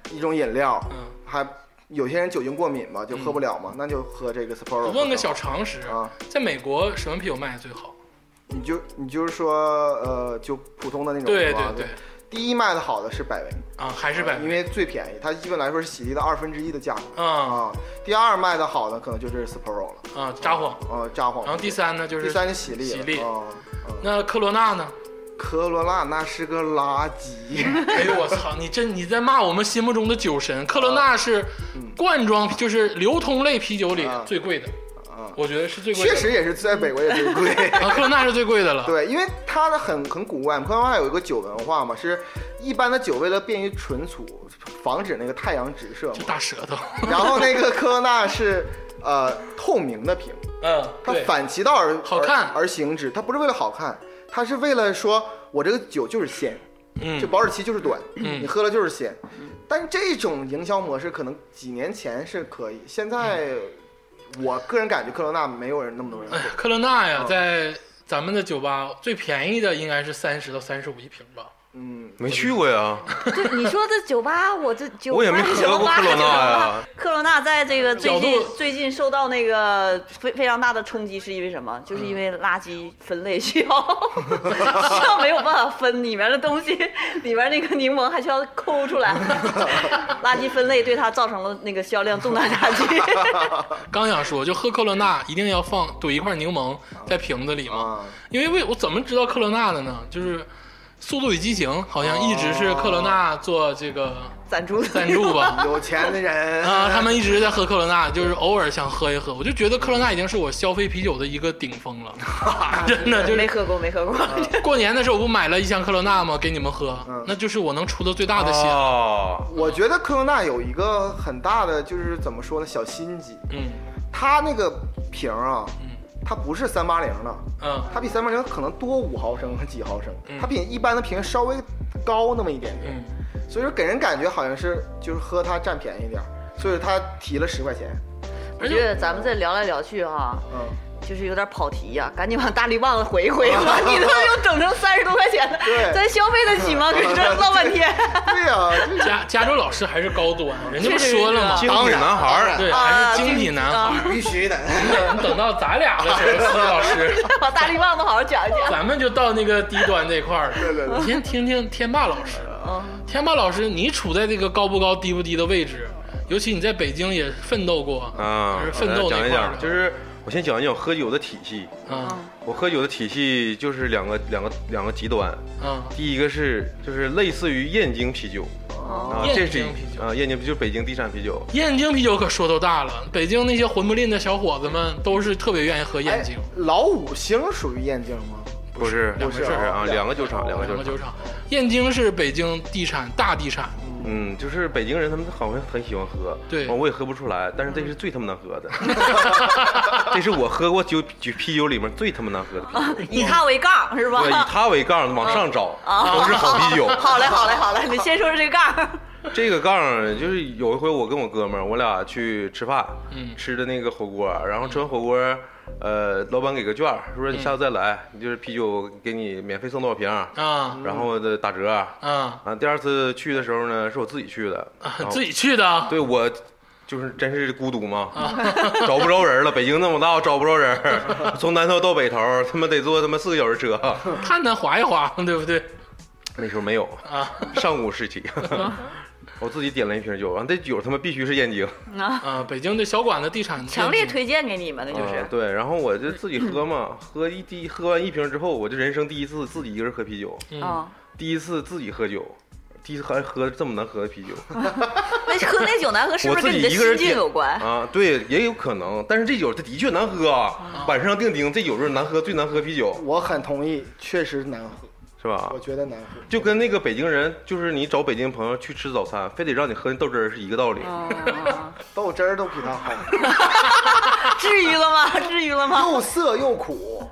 S4: 一种饮料，还有些人酒精过敏嘛，就喝不了嘛，那就喝这个 Sapporo。
S1: 我问个小常识
S4: 啊，
S1: 在美国什么啤酒卖的最好？
S4: 你就是说就普通的那种，
S1: 对，
S4: 第一卖的好的是百威
S1: 啊，还是百威，
S4: 因为最便宜，它基本来说是喜力的1/2的价格
S1: 啊。
S4: 第二卖的好的可能就是 Sapporo 了
S1: 啊，札幌
S4: 札幌。
S1: 然后第三呢就是
S4: 第三是喜力
S1: 那科罗娜呢？
S4: 科罗娜那是个垃圾。
S1: 哎呦我操！你在骂我们心目中的酒神。科罗娜是罐装，就是流通类啤酒里最贵的。我觉得是最贵的，
S4: 确实也是在美国也最贵
S1: 啊，科罗娜是最贵的了。
S4: 对，因为它的很古怪，科罗娜有一个酒文化嘛，是一般的酒为了便于存储，防止那个太阳直射嘛，
S1: 就大舌头。
S4: 然后那个科罗娜是透明的瓶，它反其道而
S1: 好看
S4: 而行之，它不是为了好看，它是为了说我这个酒就是鲜，就保质期就是短，你喝了就是鲜。但这种营销模式可能几年前是可以，现在。我个人感觉科罗娜没有人那么多人喝。
S1: 科罗娜呀，在咱们的酒吧最便宜的应该是30到35一瓶吧。
S3: 没去过呀。
S2: 对，你说的酒吧，我
S3: 也没喝过科罗娜呀。
S2: 科罗娜在这个最近受到那个非常大的冲击，是因为什么？就是因为垃圾分类需要没有办法分里面的东西，里面那个柠檬还需要抠出来，垃圾分类对它造成了那个销量重大打击。
S1: 刚想说，就喝科罗娜一定要怼一块柠檬在瓶子里嘛，因为我怎么知道科罗娜的呢？就是《速度与激情》好像一直是科罗娜做这个赞助吧，
S4: 有钱的人
S1: 啊，他们一直在喝科罗娜，就是偶尔想喝一喝。我就觉得科罗娜已经是我消费啤酒的一个顶峰了，真的就是
S2: 没喝过。
S1: 过年的时候我不买了一箱科罗娜吗？给你们喝，那就是我能出的最大的血。
S4: 我觉得科罗娜有一个很大的就是怎么说呢，小心机，它那个瓶啊。它不是380的，它比380可能多5毫升和几毫升，它比一般的瓶稍微高那么一点点，所以说给人感觉好像是就是喝它占便宜点，所以它提了10块钱。
S2: 我觉得咱们这聊来聊去哈，就是有点跑题呀，赶紧往大绿棒子回一回吧。你都又整成30多块钱的，咱消费得起吗？搁这唠半天。
S4: 对呀，
S1: 加州老师还是高端，人家不说了吗？
S3: 精品男孩，
S1: 对，还是精品男孩，
S4: 必须的。
S1: 你等到咱俩的时候，思老师
S2: 把大绿棒子好好讲一讲。
S1: 咱们就到那个低端这块儿了。
S4: 对。
S1: 你先听听天霸老师。天霸老师，你处在这个高不高、低不低的位置？尤其你在北京也奋斗过
S3: 啊，
S1: 奋斗那块儿。
S3: 就是我先讲一讲喝酒的体系。我喝酒的体系就是两个极端。第一个就是类似于燕京啤酒。
S1: 燕京啤酒
S3: 燕京啤酒就是北京地产啤酒。
S1: 燕京啤酒可说头大了，北京那些混不吝的小伙子们都是特别愿意喝燕京。
S4: 老五星属于燕京吗？
S1: 不是
S3: 啊，两个酒厂。
S1: 燕京是北京大地产。
S3: 就是北京人他们好像很喜欢喝，
S1: 对，
S3: 我也喝不出来，但是这是最他妈难喝的，这是我喝过啤酒里面最他妈难喝的啤酒。
S2: 以它为杠是吧？
S3: 对，以它为杠往上找，都是好啤酒。
S2: 好嘞，你先说说这个杠。
S3: 这个杠就是有一回我跟我哥们儿，我俩去吃饭，吃的那个火锅，然后吃完火锅，老板给个券，说你下次再来，你就是啤酒给你免费送多少瓶啊，然后打折第二次去的时候呢，是我自己去的，
S1: 自己去的，
S3: 对我。就是真是孤独嘛，找不着人了。北京那么大，找不着人，从南头到北头，他妈得坐他妈4个小时车，
S1: 看他滑一滑，对不对？
S3: 那时候没有上古时期。我自己点了一瓶酒，完这酒他妈必须是燕京
S1: 北京的小馆子地产
S2: 强烈推荐给你们的就是
S3: 对，然后我就自己喝嘛，喝完1瓶之后，我就人生第一次自己一个人喝啤酒，第一次自己喝酒。第一次还喝这么难喝的啤酒，
S2: 那喝那酒难喝是不是跟你的心境有关
S3: 啊？对，也有可能。但是这酒它的确难喝啊，板上钉钉，这酒是最难喝啤酒。
S4: 我很同意，确实难喝，
S3: 是吧？
S4: 我觉得难喝，
S3: 就跟那个北京人，就是你找北京朋友去吃早餐，非得让你喝豆汁儿是一个道理。
S4: 豆汁儿都比它好。
S2: 至于了吗？
S4: 又涩又苦，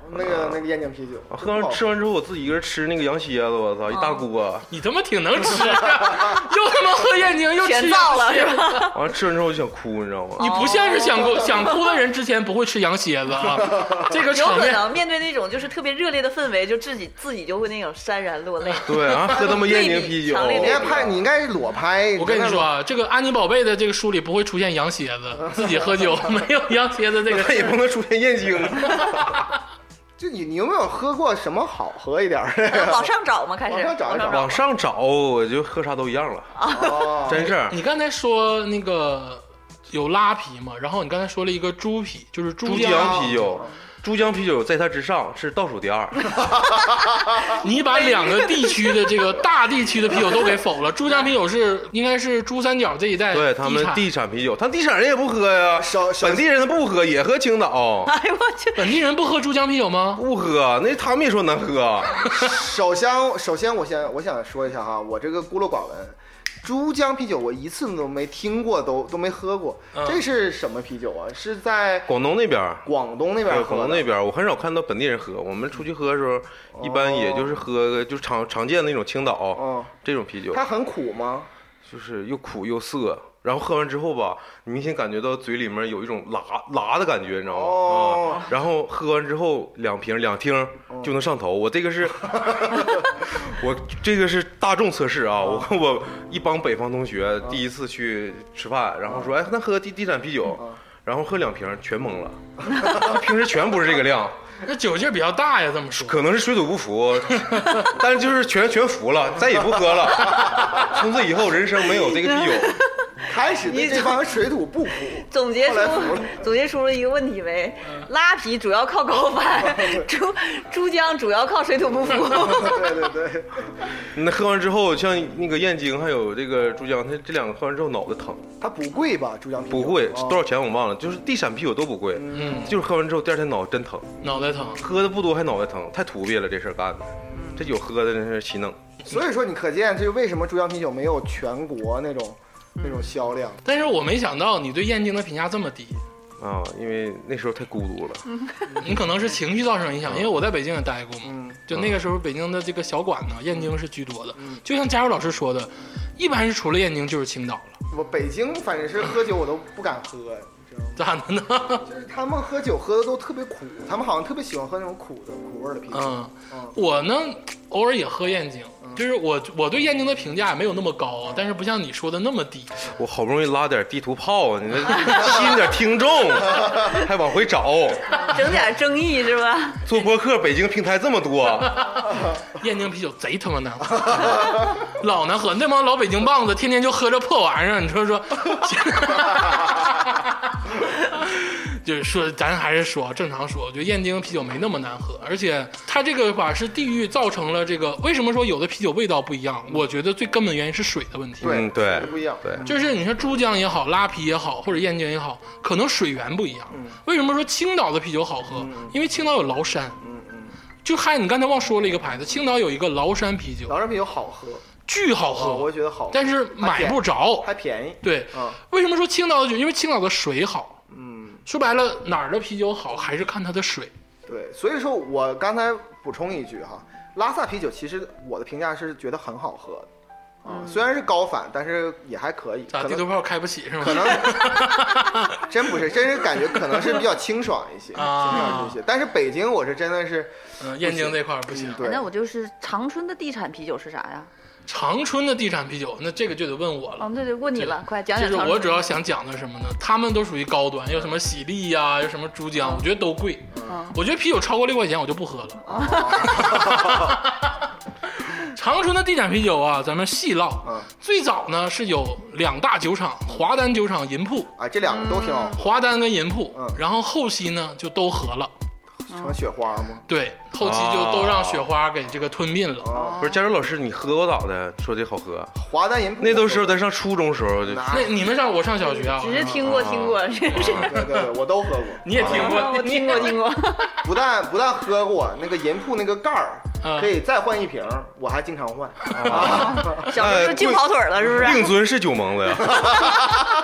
S4: 那个燕京啤酒，
S3: 吃完之后我自己一个人吃那个羊蝎子，我操，一大锅。
S1: 你他妈挺能吃啊，又他妈喝燕京又吃
S2: 全造了是吧？
S3: 完了吃完之后我就想哭，你知道吗？
S1: 你不像是想哭的人之前不会吃羊蝎子啊，这个
S2: 有可
S1: 场面。
S2: 能面对那种就是特别热烈的氛围，就自己就会那种潸然落泪。
S3: 对啊，喝他妈燕京啤酒，
S4: 你应该是裸拍。
S1: 我跟你说啊，这个安妮宝贝的这个书里不会出现羊蝎子，自己喝酒没有羊蝎子这个，
S3: 也不能出现燕京。
S4: 就你有没有喝过什么好喝一点的？
S2: 往上找吗？开始
S3: 往上找，我就喝啥都一样了。哦，真是。
S1: 你刚才说那个有拉啤嘛，然后你刚才说了一个猪啤，就是
S3: 珠江啤酒。珠江啤酒在它之上是倒数第二。
S1: 你把2个地区的这个大地区的啤酒都给否了。珠江啤酒应该是珠三角这一带，
S3: 对他们地产啤酒，他地产人也不喝呀，本地人他不喝，也喝青岛。
S2: 哎呦我去，
S1: 本地人不喝珠江啤酒吗？
S3: 不喝，那他们也说难喝。
S4: 首先我想说一下哈，我这个孤陋寡闻。珠江啤酒我一次都没听过，都没喝过。这是什么啤酒啊？是在
S3: 广东那边。
S4: 广东那边，
S3: 广东那边，我很少看到本地人喝。我们出去喝的时候，一般也就是喝就是常见的那种青岛这种啤酒。
S4: 它很苦吗？
S3: 就是又苦又涩。然后喝完之后吧，你明显感觉到嘴里面有一种辣的感觉，你知道吗？然后喝完之后2听就能上头。我这个是，我这个是大众测试啊！我跟我一帮北方同学第一次去吃饭，然后说，哎，那喝地产啤酒，然后喝2瓶全懵了，平时全不是这个量。
S1: 那酒劲比较大呀，这么说。
S3: 可能是水土不服，但是就是全服了，再也不喝了。从此以后，人生没有这个啤酒。
S4: 开始对这帮水土不服，
S2: 总结出了一个问题呗。拉啤主要靠高反，珠江主要靠水土不服。
S4: 对。
S3: 那喝完之后，像那个燕京还有这个珠江，它这2个喝完之后脑袋疼。
S4: 它不贵吧？珠江啤酒
S3: 不贵，多少钱我忘了，就是地产啤酒都不贵。就是喝完之后第2天脑袋真疼，
S1: 脑袋疼，
S3: 喝的不多还脑袋疼，太土鳖了这事儿干的。这酒喝的真是奇能。
S4: 所以说你可见这为什么珠江啤酒没有全国那种销量。
S1: 但是我没想到你对燕京的评价这么低
S3: 啊，因为那时候太孤独了。
S1: 你可能是情绪造成影响，因为我在北京也待过嘛。就那个时候北京的这个小馆呢，燕京是居多的。就像加入老师说的，一般是除了燕京就是青岛了。
S4: 我北京反正是喝酒我都不敢喝，你知道吗？
S1: 咋的呢？
S4: 就是他们喝酒喝的都特别苦，他们好像特别喜欢喝那种苦味的啤酒。
S1: 我呢偶尔也喝燕京。就是我对燕京的评价也没有那么高，但是不像你说的那么低。
S3: 我好不容易拉点地图炮，你吸引点听众，还往回找，
S2: 整点争议是吧？
S3: 做播客，北京平台这么多，
S1: 燕京啤酒贼他妈难喝，老难喝。那帮老北京棒子天天就喝这破玩意儿，你说。就是说，咱还是说正常说，我觉得燕京啤酒没那么难喝，而且它这个吧是地域造成了这个。为什么说有的啤酒味道不一样？我觉得最根本原因是水的问题。
S3: 对，
S4: 不一样。
S3: 对，
S1: 就是你说珠江也好，拉啤也好，或者燕京也好，可能水源不一样。为什么说青岛的啤酒好喝？因为青岛有崂山。就还你刚才忘说了一个牌子，青岛有一个崂山啤酒。
S4: 崂山啤酒好喝。
S1: 巨好喝，
S4: 我觉得好，
S1: 但是买不着，
S4: 还便宜。
S1: 对，为什么说青岛的酒？因为青岛的水好。说白了，哪儿的啤酒好，还是看它的水。
S4: 对，所以说我刚才补充一句哈，拉萨啤酒其实我的评价是觉得很好喝的，虽然是高反，但是也还可以。
S1: 咋地图炮开不起是吗？
S4: 可能真不是，真是感觉可能是比较清爽一些，清爽一些。但是北京我是真的是，
S1: 燕京这块不行。
S4: 对，
S2: 那我就是长春的地产啤酒是啥呀？
S1: 长春的地产啤酒，那这个就得问我了。
S2: 对，问你了，快讲讲。
S1: 就是我主要想讲的什么呢？他们都属于高端，有什么喜力呀，有什么珠江，我觉得都贵。我觉得啤酒超过6块钱我就不喝了。长春的地产啤酒啊，咱们细唠。最早呢是有2大酒厂，华丹酒厂、银铺。
S4: 这2个都挺好。
S1: 华丹跟银铺，然后后期呢就都合了。
S4: 成雪花吗？
S1: 对，后期就都让雪花给这个吞并了。
S3: 不是，加州老师，你喝过咋的？说这好喝？
S4: 华丹银铺
S3: 那都是咱上初中时候就。
S1: 那你们我上小学啊？
S2: 只是听过，
S4: 对，我都喝过。
S1: 你也听过？
S2: 我听过。
S4: 不但喝过，那个银铺那个盖儿可以再换1瓶，我还经常换。
S2: 小时候净跑腿了，是不是？
S3: 令尊是酒蒙子呀。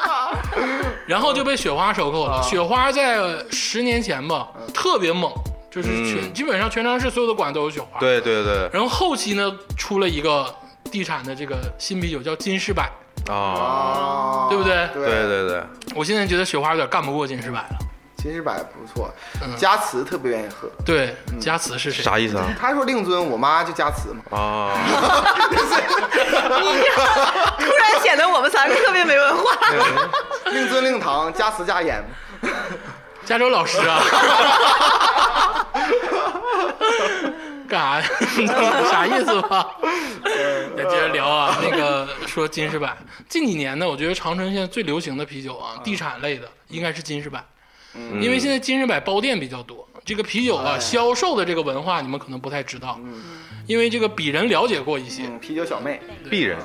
S1: 然后就被雪花收购了。雪花在10年前吧，特别猛， 就是基本上全长市所有的馆都有雪花。
S3: 对对对
S1: 然后后期呢，出了一个地产的这个新啤酒，叫金士百，
S3: 啊，
S1: 对不对？
S3: 对对对，
S1: 我现在觉得雪花有点干不过金士百了。
S4: 金士百不错，加词特别愿意喝。
S1: 对，加词是谁？
S3: 啥意思啊？
S4: 他说令尊，我妈就加词嘛。
S3: 啊，
S2: 突然显得我们三个特别没文化。
S4: 令尊令堂加词加盐。
S1: 加州老师啊，干啥呀？啥意思吧？再接着聊啊，那个说金士百，近几年呢，我觉得长春现在最流行的啤酒啊，地产类的应该是金士百，因为现在金士百包店比较多，这个啤酒啊销售的这个文化你们可能不太知道，因为这个鄙人了解过一些，
S4: 啤酒小妹，
S3: 鄙人，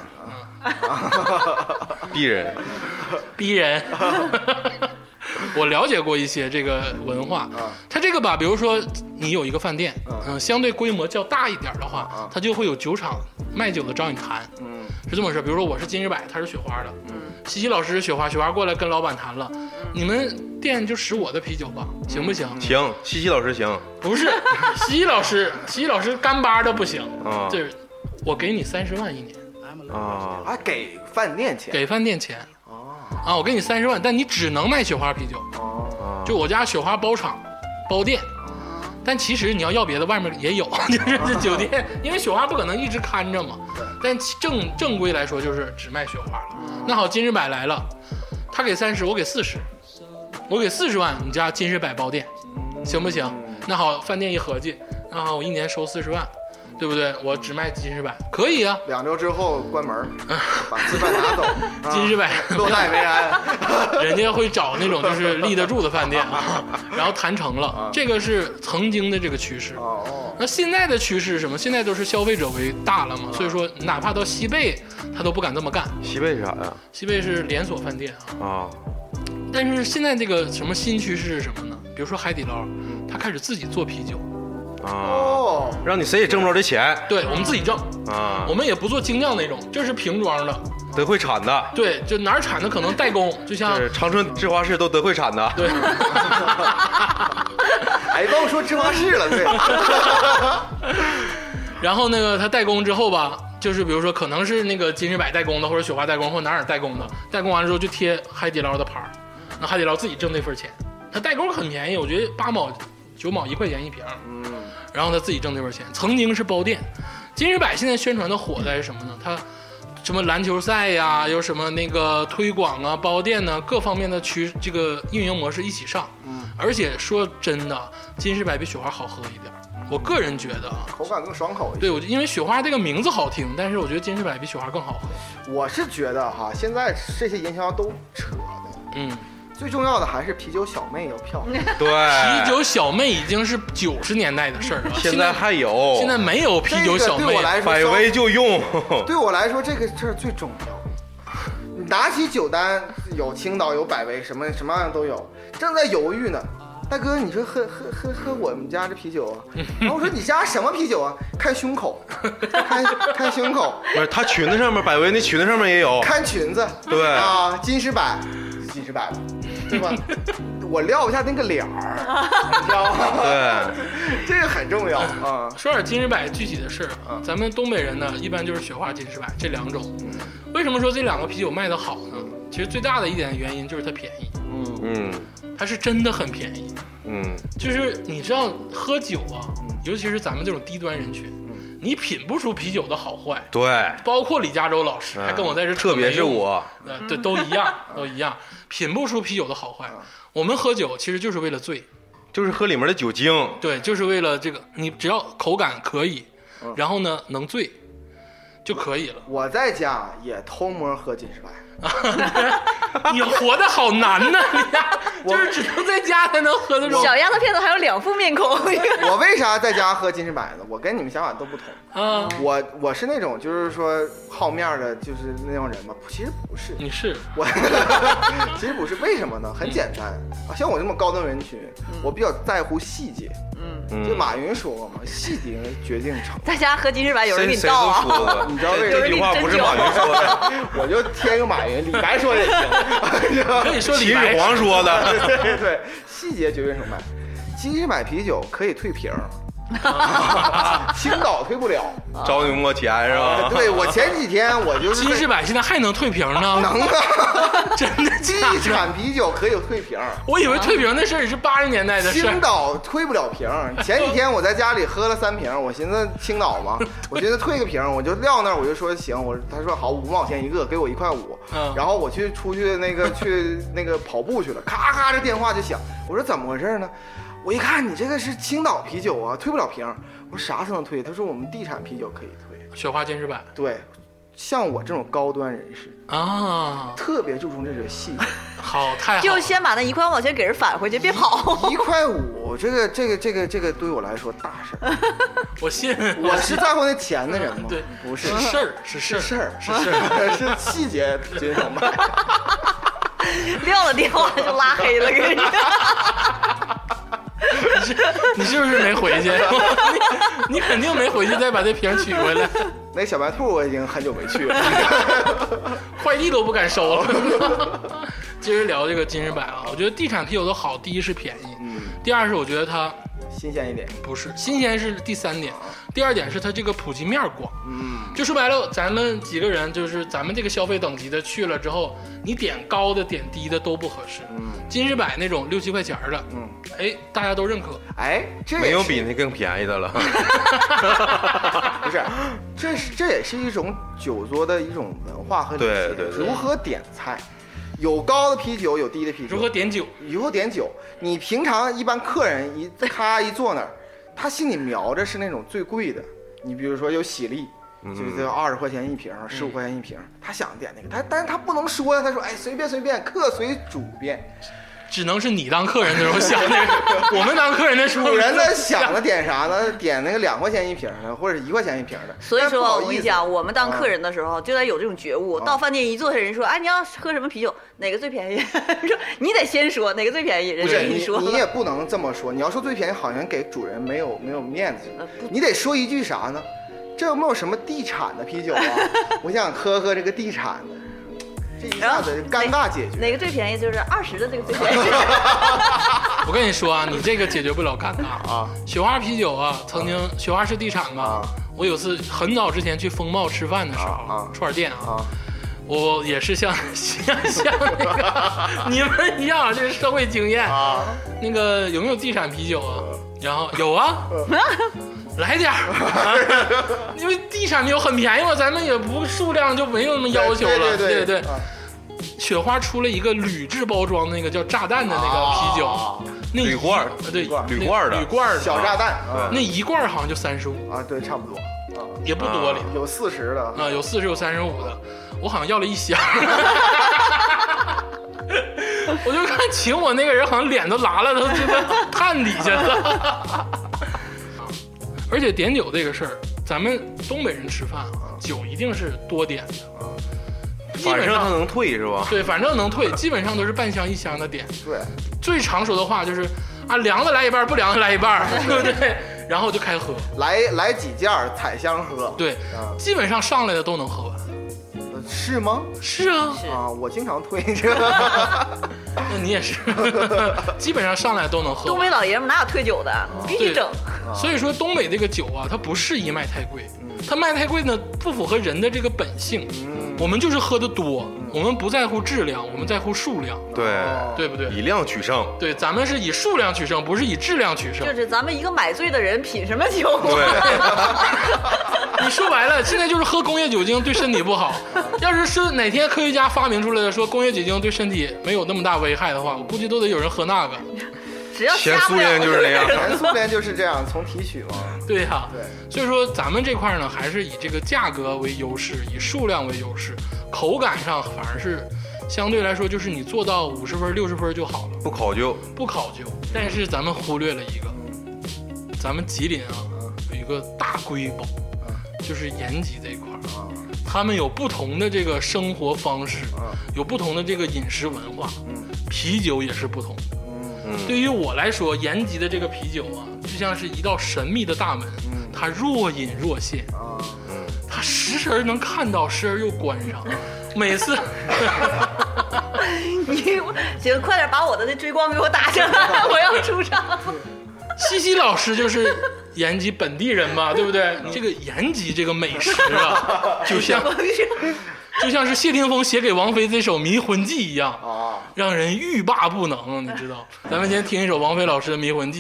S3: 鄙人，
S1: 逼人。我了解过一些这个文化，它这个吧，比如说你有一个饭店，相对规模较大一点的话，它就会有酒厂卖酒的找你谈，是这么说。比如说我是金士百，他是雪花的，西西老师是雪花，雪花过来跟老板谈了，你们店就使我的啤酒吧，行不行？
S3: 行，西西老师行，
S1: 不是，西西老师干巴的不行，
S3: 啊
S1: 就是我给你30万一年，
S3: 啊，
S4: 还给饭店钱。
S1: 给饭店钱。啊，我给你30万，但你只能卖雪花啤酒。就我家雪花包场、包店，但其实你要别的，外面也有，就是这酒店，因为雪花不可能一直看着嘛。但正规来说，就是只卖雪花了。那好，金士百来了，他给30，我给40，我给40万，你家金士百包店，行不行？那好，饭店一合计，那好，我一年收40万。对不对？我只卖金士百，可以啊。
S4: 2周之后关门，把资本拿走。
S1: 金士百
S4: 落袋为安，
S1: 人家会找那种就是立得住的饭店啊，然后谈成了。这个是曾经的这个趋势。那现在的趋势是什么？现在都是消费者为大了嘛，所以说哪怕到西贝，他都不敢这么干。
S3: 西贝是啥呀？
S1: 西贝是连锁饭店啊。但是现在这个什么新趋势是什么呢？比如说海底捞，他开始自己做啤酒。
S3: 让你谁也挣不着这钱。
S1: 对，我们自己挣
S3: 啊，
S1: 我们也不做精酿那种，就是瓶装的，
S3: 德惠产的。
S1: 对，就哪儿产的可能代工，就像
S3: 长春芝华士都德惠产的。
S1: 对，
S4: 哎，帮我说芝华士了，对。
S1: 然后那个他代工之后吧，就是比如说可能是那个金士百代工的，或者雪花代工，或者哪儿代工的，代工完了之后就贴海底捞的牌儿，那海底捞自己挣那份钱，他代工很便宜，我觉得8毛9毛1块钱一瓶，然后他自己挣那份钱。曾经是包店，金士百现在宣传的火在是什么呢？他什么篮球赛呀，有什么那个推广啊、包店呢，各方面的这个运营模式一起上。而且说真的，金士百比雪花好喝一点，我个人觉得
S4: 口感更爽口一些。
S1: 对，因为雪花这个名字好听，但是我觉得金士百比雪花更好喝。
S4: 我是觉得哈，现在这些营销都扯的。最重要的还是啤酒小妹要漂亮。
S3: 对，
S1: 啤酒小妹已经是90年代的事儿了，
S3: 现在还有，
S1: 现在没有啤酒小妹。
S4: 对我来说，
S3: 百威就用。
S4: 对我来说，这个事儿最重要。你拿起酒单，有青岛，有百威，什么样都有。正在犹豫呢，大哥，你说喝我们家这啤酒啊？然后我说你家什么啤酒啊？看胸口，看胸口。
S3: 不是，他裙子上面百威那裙子上面也有。
S4: 看裙子。
S3: 对
S4: 啊，金士百吧。对吧？我撂一下那个脸儿，你知道吗？对，这个很重要啊。
S1: 说点金士百具体的事儿啊，咱们东北人呢，一般就是雪花、金士百这2种。为什么说这2个啤酒卖得好呢？其实最大的一点原因就是它便宜。它是真的很便宜。就是你知道喝酒啊，尤其是咱们这种低端人群。你品不出啤酒的好坏，
S3: 对，
S1: 包括李嘉洲老师，还跟我在这
S3: 特别是我，
S1: 对，都一样，品不出啤酒的好坏。我们喝酒其实就是为了醉，
S3: 就是喝里面的酒精，对，
S1: 就是为了这个，你只要口感可以，然后呢能醉就可以了。
S4: 我在家也偷摸喝金士百。
S1: 你活得好难呐！你就是只能在家才能喝那种。
S2: 小丫头片子还有2副面孔。
S4: 我为啥在家喝金士百呢？我跟你们想法都不同啊。我是那种就是说好面的，就是那种人嘛。其实不是，
S1: 你是
S4: 我，其实不是。为什么呢？很简单啊，像我这么高端人群，我比较在乎细节。就马云说过嘛，细节决定成。
S2: 在家喝金士百有人给你倒啊？
S4: 你知道为什么
S3: 这句话不是马云说的？
S4: 我就添个马云，李白说的也行。
S1: 可以说李白
S3: 秦始皇说的。
S4: 对，细节决定成败。 金士百啤酒可以退瓶，青岛退不了，
S3: 找你摸钱是吧？
S4: 对，我前几天我就是
S1: 金士百现在还能退瓶呢？
S4: 能啊，
S1: 真的
S4: 地
S1: 假的？
S4: 产啤酒可以退瓶。
S1: 我以为退瓶的事儿是80年代的事儿。
S4: 青岛退不了瓶。前几天我在家里喝了3瓶，我寻思青岛嘛，我寻思退个瓶，我就撂那儿，我就说行，他说好，5毛钱一个，给我1块5。然后我出去那个跑步去了，咔咔这电话就响，我说怎么回事呢？我一看你这个是青岛啤酒啊，退不了瓶。我说啥才能退？他说我们地产啤酒可以退。
S1: 雪花金士百。
S4: 对，像我这种高端人士
S1: 啊，
S4: 特别注重这个细节。
S1: 好，太好了。
S2: 就先把那1块5毛钱给人返回去，别跑。
S4: 1块5，这个对我来说大事儿。
S1: 我信，
S4: 我是在乎那钱的人吗？
S1: 对，
S4: 不是
S1: 事儿，是事儿，是事儿，
S4: 是细节真好卖。
S2: 撂了电话就拉黑了，给人家。
S1: 你是不是没回去？你肯定没回去，再把这瓶取回来。
S4: 那小白兔我已经很久没去了，
S1: 快递都不敢收了。接着聊这个金士百啊，我觉得地产啤酒的好，第一是便宜，第二是我觉得它
S4: 新鲜一点，
S1: 不是新鲜是第3点，第2点是它这个普及面广。就说白了，咱们几个人就是咱们这个消费等级的去了之后，你点高的点低的都不合适。金士百那种6、7块钱的，哎，大家都认可。
S4: 哎，这
S3: 没有比那更便宜的了。
S4: 不是，这也是一种酒桌的一种文化和理解。
S3: 对，
S4: 如何点菜，有高的啤酒，有低的啤酒。
S1: 如何点酒？
S4: 如何点酒？你平常一般客人一坐那儿，他心里瞄着是那种最贵的。你比如说有喜力，就是20块钱一瓶，15块钱一瓶，他想点那个，但是他不能说呀，他说哎随便，客随主便。
S1: 只能是你当客人的时候想那个，我们当客人的时候，
S4: 主人呢想着点啥呢？点那个2块钱一瓶的，或者1块钱一瓶的。
S2: 所以说，我跟你讲，我们当客人的时候就得有这种觉悟。到饭店一坐下，人说，哎，你要喝什么啤酒？哪个最便宜？说你得先说哪个最便宜，人家你说。
S4: 你也不能这么说，你要说最便宜，好像给主人没有面子。你得说一句啥呢？这有没有什么地产的啤酒啊？我想喝这个地产的。这一下子尴尬解决。
S2: 哪个最便宜？就是20的这个最便宜。
S1: 我跟你说啊，你这个解决不了尴尬啊。雪花啤酒啊，曾经雪花是地产嘛。我有次很早之前去风貌吃饭的时候，串店啊，我也是像那个你们一样，这是社会经验啊。那个有没有地产啤酒啊？然后有啊。来点儿，因为地产啤酒很便宜嘛，咱们也不数量就没有那么要求了。对，雪花出了一个铝制包装那个叫炸弹的那个啤酒，那
S3: 铝罐，
S1: 对，
S3: 铝罐的
S4: 小炸弹，
S1: 那一罐好像就35
S4: 啊，对，差不多，
S1: 也不多里，
S4: 有40的
S1: 啊，有40有35的，我好像要了1箱。我就看请我那个人好像脸都拉了，都这个炭底下了。而且点酒这个事儿，咱们东北人吃饭啊，酒一定是多点的，
S3: 反正他能退是吧？
S1: 对，反正能退，基本上都是半箱1箱的点。
S4: 对，
S1: 最常说的话就是啊，凉的来一半，不凉的来一半，对不对？然后就开喝，
S4: 来几件采香喝。
S1: 对，基本上上来的都能喝完。
S4: 是吗？
S1: 是啊，
S4: 啊，我经常退这个。
S1: 那你也是，基本上上来都能喝。
S2: 东北老爷们哪有退酒的？必须整。
S1: 所以说东北这个酒啊，它不适宜卖太贵，它卖太贵呢不符合人的这个本性。我们就是喝的多，我们不在乎质量，我们在乎数量。对不对？
S3: 以量取胜。
S1: 对，咱们是以数量取胜，不是以质量取胜。
S2: 就是咱们一个买醉的人品什么酒？
S1: 对。你说白了，现在就是喝工业酒精对身体不好。要是哪天科学家发明出来的说工业酒精对身体没有那么大危害的话，我估计都得有人喝那个。
S2: 只要
S3: 前苏联就是这样，
S4: 前苏联就是这样，从提取嘛。
S1: 对呀，对。所以说咱们这块呢，还是以这个价格为优势，以数量为优势，口感上反而是相对来说就是你做到50分、60分就好了，
S3: 不考究。
S1: 但是咱们忽略了一个，咱们吉林啊有一个大瑰宝，就是延吉这一块啊，他们有不同的这个生活方式，有不同的这个饮食文化，啤酒也是不同的。对于我来说，延吉的这个啤酒啊，就像是一道神秘的大门，它若隐若现，它时而能看到，时而又关上。每次，
S2: 你行，快点把我的那追光给我打上来，我要出场。
S1: 西西老师就是延吉本地人嘛，对不对？这个延吉这个美食啊，就像是谢霆锋写给王菲这首《迷魂记》一样
S4: 啊，
S1: 让人欲罢不能，你知道？咱们先听一首王菲老师的《迷魂记》。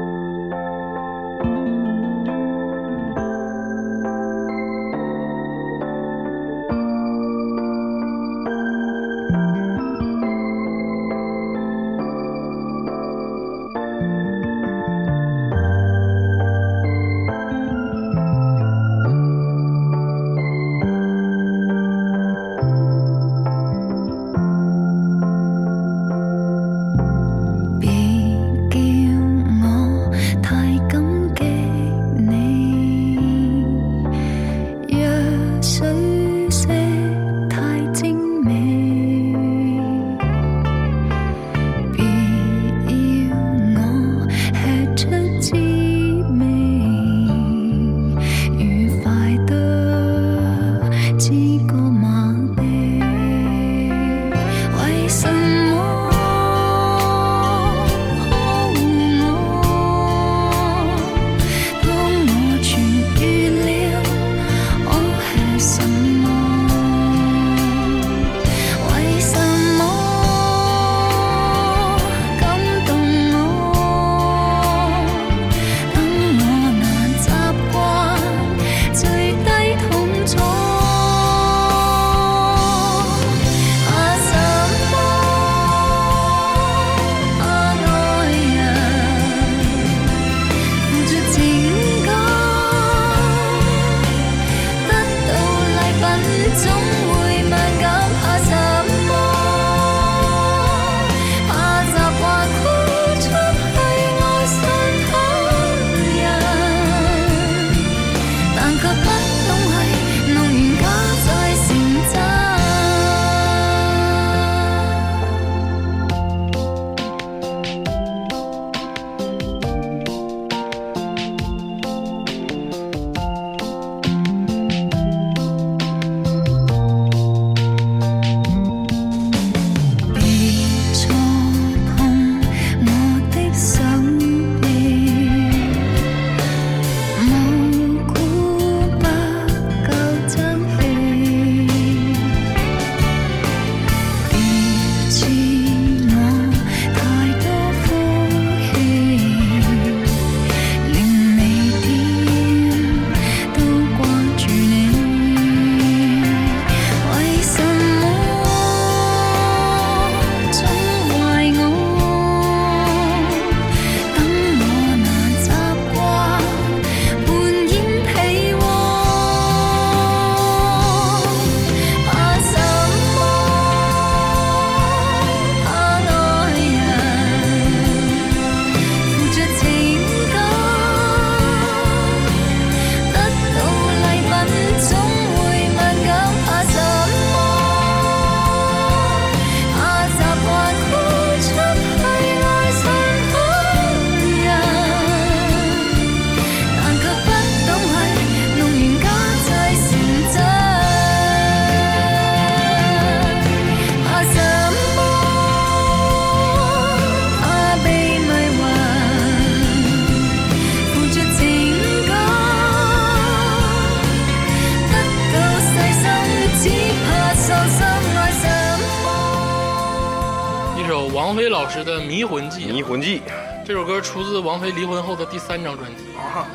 S1: 王菲老师的《迷魂记》。
S3: 迷魂记
S1: 这首歌出自王菲离婚后的第3张专辑。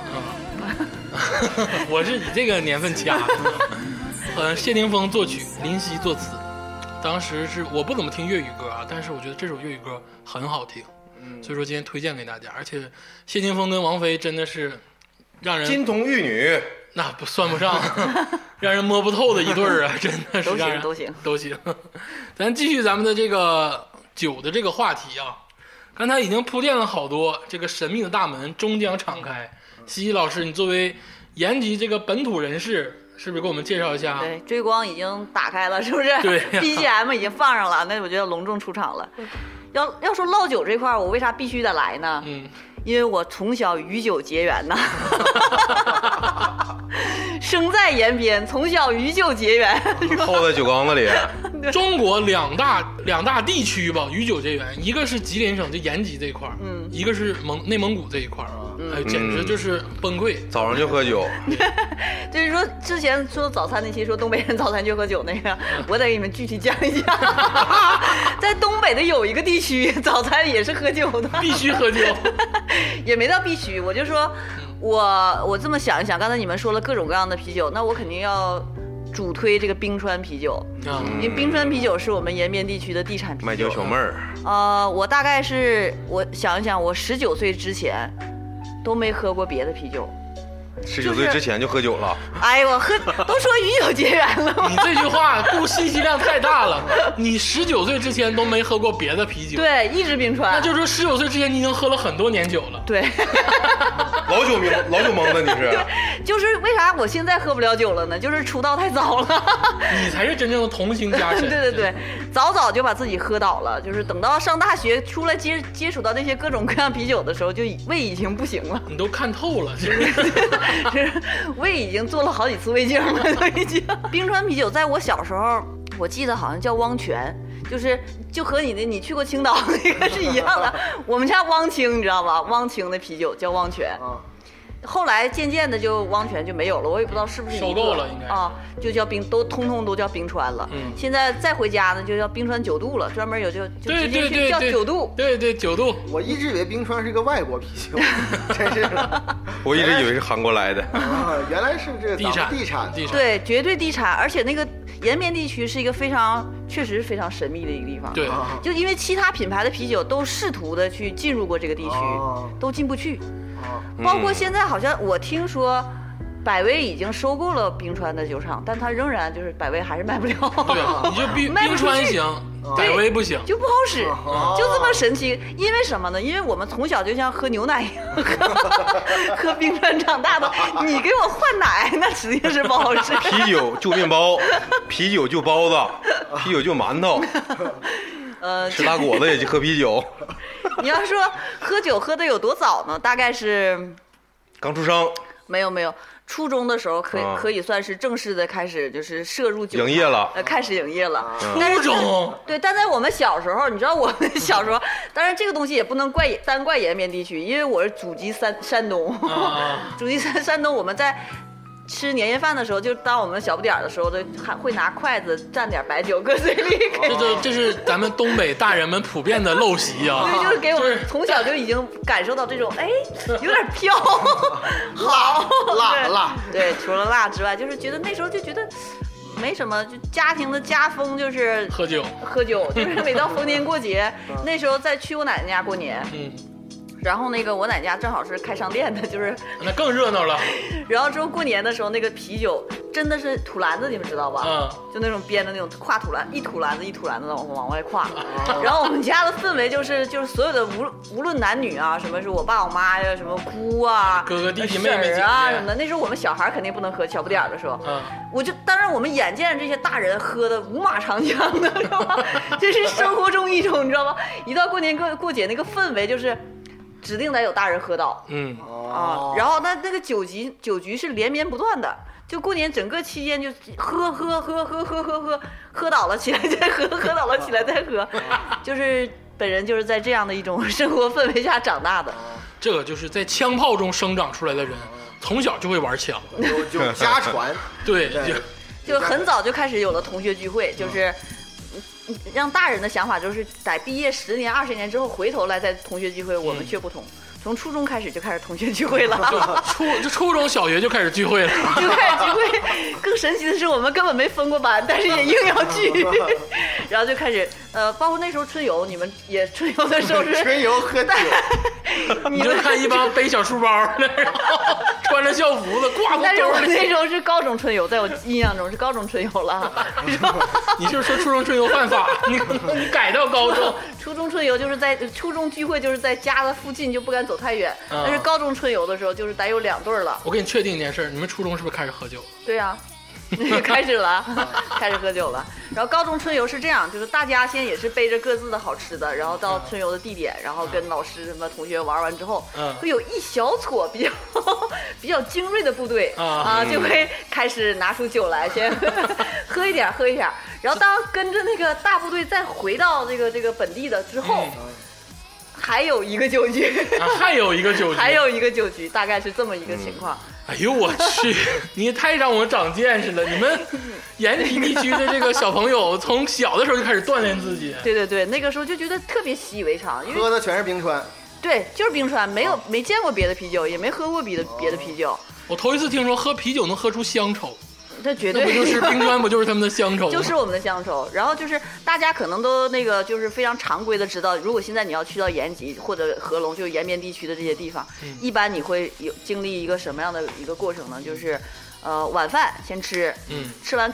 S1: 我是以这个年份掐的。谢霆锋作曲，林夕作词。当时是我不怎么听粤语歌啊，但是我觉得这首粤语歌很好听，所以说今天推荐给大家。而且谢霆锋跟王菲真的是让人
S3: 金童玉女，
S1: 那不算不上，让人摸不透的一对儿啊，真的是都行。咱继续咱们的这个酒的这个话题啊，刚才已经铺垫了好多，这个神秘的大门终将敞开。西西老师，你作为延吉这个本土人士，是不是给我们介绍一下？
S2: 对，追光已经打开了，是不是？
S1: 对
S2: BGM 已经放上了，那我觉得隆重出场了。要说唠酒这块，我为啥必须得来呢？因为我从小与酒结缘呐，生在延边，从小与酒结缘，
S3: 泡在酒缸子里。
S1: 中国两大地区吧，与酒结缘，一个是吉林省就延吉这一块儿，一个是内蒙古这一块儿，哎，简直就是崩溃。
S3: 早上就喝酒，
S2: 就是说之前说早餐那期说东北人早餐就喝酒那个，我得给你们具体讲一讲。在东北的有一个地区，早餐也是喝酒的，
S1: 必须喝酒，
S2: 也没到必须，我就说。我这么想一想，刚才你们说了各种各样的啤酒，那我肯定要主推这个冰川啤酒，因为冰川啤酒是我们延边地区的地产啤酒。
S3: 卖酒小妹儿。
S2: 我大概是我想一想，我19岁之前都没喝过别的啤酒。
S3: 19岁之前就喝酒了。
S2: 哎呦，都说与酒结缘了吗？
S1: 你这句话信息量太大了。你19岁之前都没喝过别的啤酒？
S2: 对，一直冰川。
S1: 那就是说19岁之前你已经喝了很多年酒了。
S2: 对。
S3: 老酒蒙的你是？
S2: 就是为啥我现在喝不了酒了呢？就是出道太早了。
S1: 你才是真正的童星加身。
S2: 对，早就把自己喝倒了。就是等到上大学出来接触到那些各种各样啤酒的时候，就胃已经不行了。
S1: 你都看透了，是不是？
S2: 胃已经做了好几次胃镜了，都已经。冰川啤酒在我小时候，我记得好像叫汪泉，就和你去过青岛那个是一样的。我们家汪清你知道吧？汪清的啤酒叫汪泉。后来渐渐的就汪泉就没有了，我也不知道是不是
S1: 收购了，应该
S2: 啊，就叫通通都叫冰川了。现在再回家呢，就叫冰川9度了，专门有就直接叫9度。
S1: 对9度。
S4: 我一直以为冰川是个外国啤酒，真是。
S3: 我一直以为是韩国来的。
S4: 原来是这个
S1: 地产。
S2: 对，绝对地产，而且那个延边地区是一个确实非常神秘的一个地方。
S1: 对，
S2: 就因为其他品牌的啤酒都试图的去进入过这个地区，都进不去。包括现在好像我听说，百威已经收购了冰川的酒厂，但它仍然就是百威还是卖不了。
S1: 对，你就冰川行，百威不行，
S2: 就不好使，就这么神奇。因为什么呢？因为我们从小就像喝牛奶一样，喝冰川长大的。你给我换奶，那指定是不好使。
S3: 啤酒就面包，啤酒就包子，啤酒就馒头。吃大果子也去喝啤酒。
S2: 你要说喝酒喝的有多早呢？大概是
S3: 刚出生。
S2: 没有，初中的时候可以算是正式的开始就是摄入酒
S3: 营业了，
S2: 开始营业了。
S1: 初中
S2: 对，但在我们小时候，你知道我们小时候，当然这个东西也不能单怪延边地区，因为我是祖籍山东，祖籍山东，我们在。吃年夜饭的时候，就当我们小不点的时候，还会拿筷子蘸点白酒搁嘴里。
S1: 这是咱们东北大人们普遍的陋习啊。
S2: 对，就是给我们从小就已经感受到这种，有点飘，好
S4: 辣。
S2: 对，除了辣之外，就是觉得那时候就觉得没什么，就家庭的家风就是喝酒，就是每到逢年过节，那时候再去我奶奶家过年。然后那个我奶奶家正好是开商店的，就是
S1: 那更热闹了。
S2: 然后之后过年的时候，那个啤酒真的是土篮子，你们知道吧？就那种编的那种挎土篮，一土篮子的往外挎。然后我们家的氛围就是所有的无论男女啊，什么是我爸我妈呀，什么姑啊、
S1: 哥哥弟弟妹妹姐姐
S2: 啊什么的。那时候我们小孩肯定不能喝，小不点的时候，当然我们眼见这些大人喝的五马长枪的，知道吧？这是生活中一种，你知道吗？一到过年过节那个氛围就是。指定得有大人喝倒，然后那个酒局是连绵不断的，就过年整个期间就喝倒了起来再喝，喝倒了起来再喝，就是本人就是在这样的一种生活氛围下长大的。
S1: 这个就是在枪炮中生长出来的人，从小就会玩枪，
S4: 就家传，
S1: 对，
S2: 就很早就开始有了同学聚会，就是。让大人的想法就是在毕业10年、20年之后回头来在同学聚会，我们却不同。从初中开始就开始同学聚会了，
S1: 初中小学就开始聚会了，
S2: 就开始聚会。更神奇的是，我们根本没分过班，但是也硬要聚，然后就开始包括那时候春游，你们也春游的时候是
S4: 春游喝酒，
S1: 你就看一帮背小书包的，然后穿着校服的挂在兜里。
S2: 但是我那时候是高中春游，在我印象中是高中春游了。
S1: 你就是说初中春游犯法，你改到高中。
S2: 初中春游就是在初中聚会，就是在家的附近，就不敢走太远。但是高中春游的时候，就是得有2对了。
S1: 我给你确定一件事，你们初中是不是开始喝酒？
S2: 对呀。 开始了，开始喝酒了。然后高中春游是这样，就是大家先也是背着各自的好吃的，然后到春游的地点，然后跟老师什么同学玩完之后，会有一小撮比较精锐的部队就会开始拿出酒来，先喝一点。然后当跟着那个大部队再回到这个本地的之后。还有一个酒局，
S1: 还有一个酒局，
S2: 大概是这么一个情况。
S1: 哎呦我去，你也太让我长见识了！你们延吉地区的这个小朋友，从小的时候就开始锻炼自己。
S2: 对，那个时候就觉得特别习以为常，因为
S4: 喝的全是冰川。
S2: 对，就是冰川，没见过别的啤酒，也没喝过别的啤酒。
S1: 我头一次听说喝啤酒能喝出乡愁。
S2: 这绝对
S1: 不就是冰川，不就是他们的乡愁吗？
S2: 就是我们的乡愁。然后就是大家可能都那个就是非常常规的知道，如果现在你要去到延吉或者合隆，就是延边地区的这些地方，一般你会有经历一个什么样的一个过程呢？就是晚饭先吃，吃完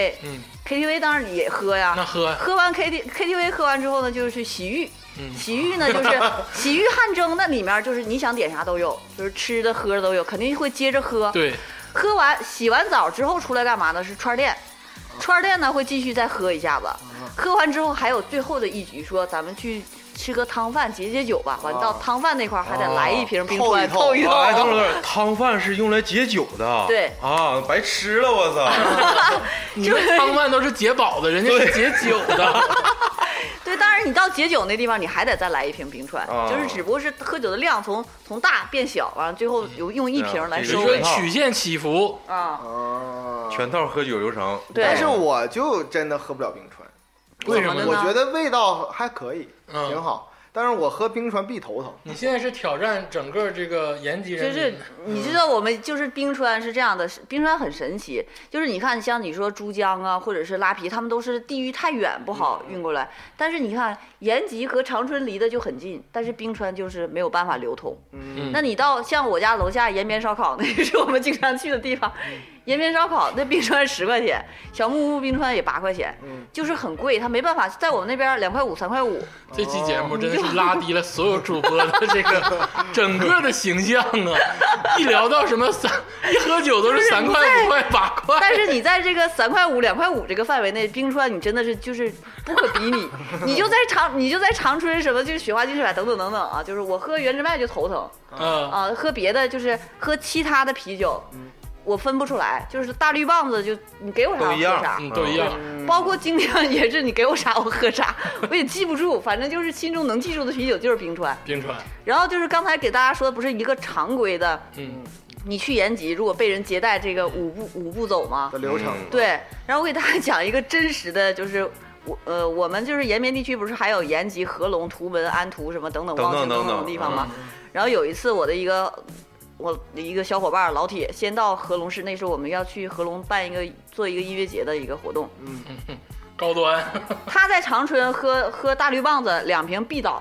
S2: KTV，KTV 当然也喝呀，
S1: 那喝
S2: 完 KTV 喝完之后呢，就是去洗浴。洗浴呢，就是洗浴汗蒸，那里面就是你想点啥都有，就是吃的喝的都有，肯定会接着喝。
S1: 对。
S2: 喝完洗完澡之后出来干嘛呢？是串店，串店呢会继续再喝一下子，喝完之后还有最后的一局，说咱们去吃个汤饭解酒吧。完到汤饭那块还得来一瓶冰川透一透。
S3: 哎，等会儿，汤饭是用来解酒的。
S2: 对
S3: 啊，白吃了我操！
S1: 你们汤饭都是解饱的，人家是解酒的。
S2: 对，当然你到解酒那地方，你还得再来一瓶冰川，就是只不过是喝酒的量从大变小，完了最后用一瓶来收尾，
S1: 曲线起伏
S3: 全套喝酒流程。
S2: 对，
S4: 但是我就真的喝不了冰川，
S1: 为什么呢？
S4: 我觉得味道还可以，挺好。但是我喝冰川必头疼。
S1: 你现在是挑战整个这个延吉人民，
S2: 就是你知道我们就是冰川是这样的，冰川很神奇，就是你看像你说珠江啊或者是拉皮，他们都是地域太远不好运过来，但是你看延吉和长春离得就很近，但是冰川就是没有办法流通。那你到像我家楼下延边烧烤，那是我们经常去的地方。延边烧烤那冰川10块钱，小木屋冰川也8块钱，就是很贵，它没办法，在我们那边2块5、3块5。
S1: 这期节目真的是拉低了所有主播的这个整个的形象啊！一聊到什么一喝酒都是3块5块8块。
S2: 但是你在这个3块5、2块5这个范围内，冰川你真的是就是不可比拟。你就在长春什么就是雪花金水等等啊，就是我喝原汁麦就头疼，喝别的就是喝其他的啤酒。我分不出来，就是大绿棒子，就你给我啥我喝啥，
S1: 都一样。
S2: 包括精酿也是，你给我啥我喝啥，我也记不住，反正就是心中能记住的啤酒就是冰川。然后就是刚才给大家说的，不是一个常规的，你去延吉如果被人接待这个五步走嘛
S4: 的流程。
S2: 对，然后我给大家讲一个真实的，就是我们就是延边地区不是还有延吉、合隆、图门、安图什么等等望京等等的地方吗？然后有一次我的一个小伙伴老铁先到合隆市，那时候我们要去合隆做一个音乐节的一个活动，
S1: 高端。
S2: 他在长春喝大绿棒子2瓶必倒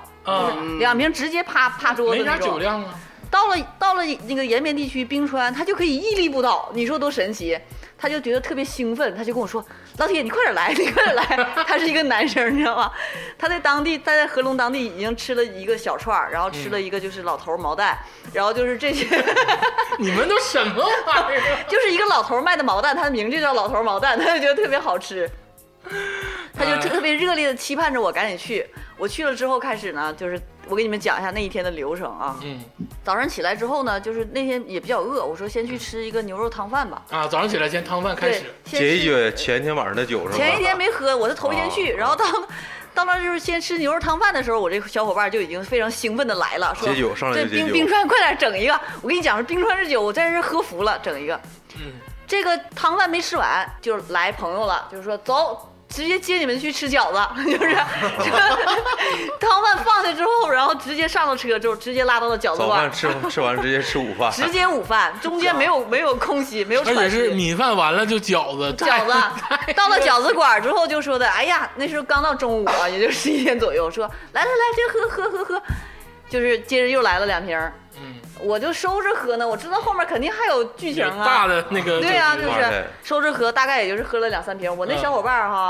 S2: ，2瓶直接趴桌子那种，
S1: 没啥酒量啊。
S2: 到了那个延边地区冰川，他就可以屹立不倒，你说多神奇？他就觉得特别兴奋，他就跟我说：“老铁，你快点来，你快点来。”他是一个男生，你知道吗？他在合隆当地已经吃了一个小串，然后吃了一个就是老头毛蛋，然后就是这些。
S1: 你们都什么玩意儿？
S2: 就是一个老头卖的毛蛋，他的名就叫老头毛蛋，他就觉得特别好吃。他就特别热烈的期盼着我赶紧去。我去了之后开始呢，就是我给你们讲一下那一天的流程啊。早上起来之后呢，就是那天也比较饿，我说先去吃一个牛肉汤饭吧。
S1: 早上起来先汤饭开始，
S3: 解一解前天晚上的酒是吧？
S2: 前一天没喝，我是头一天去，然后到那就是先吃牛肉汤饭的时候，我这个小伙伴就已经非常兴奋的来了，说
S3: 解酒上来就解酒，
S2: 冰川快点整一个。我跟你讲，冰川是酒，我在这喝服了，整一个。这个汤饭没吃完就来朋友了，就是说走。直接接你们去吃饺子，就是汤饭放下之后，然后直接上了车之后，直接拉到了饺子馆。
S3: 早饭吃完直接吃午饭，
S2: 直接午饭，中间没有空隙，没有喘息。
S1: 而且是米饭完了就饺子。
S2: 到了饺子馆之后就说的，哎呀，那时候刚到中午啊，也就11点左右，说来，这喝，就是接着又来了2瓶。我就收着喝呢，我知道后面肯定还有剧情啊，
S1: 大的那个。
S2: 对啊，就是收着喝，大概也就是喝了2、3瓶。我那小伙伴哈，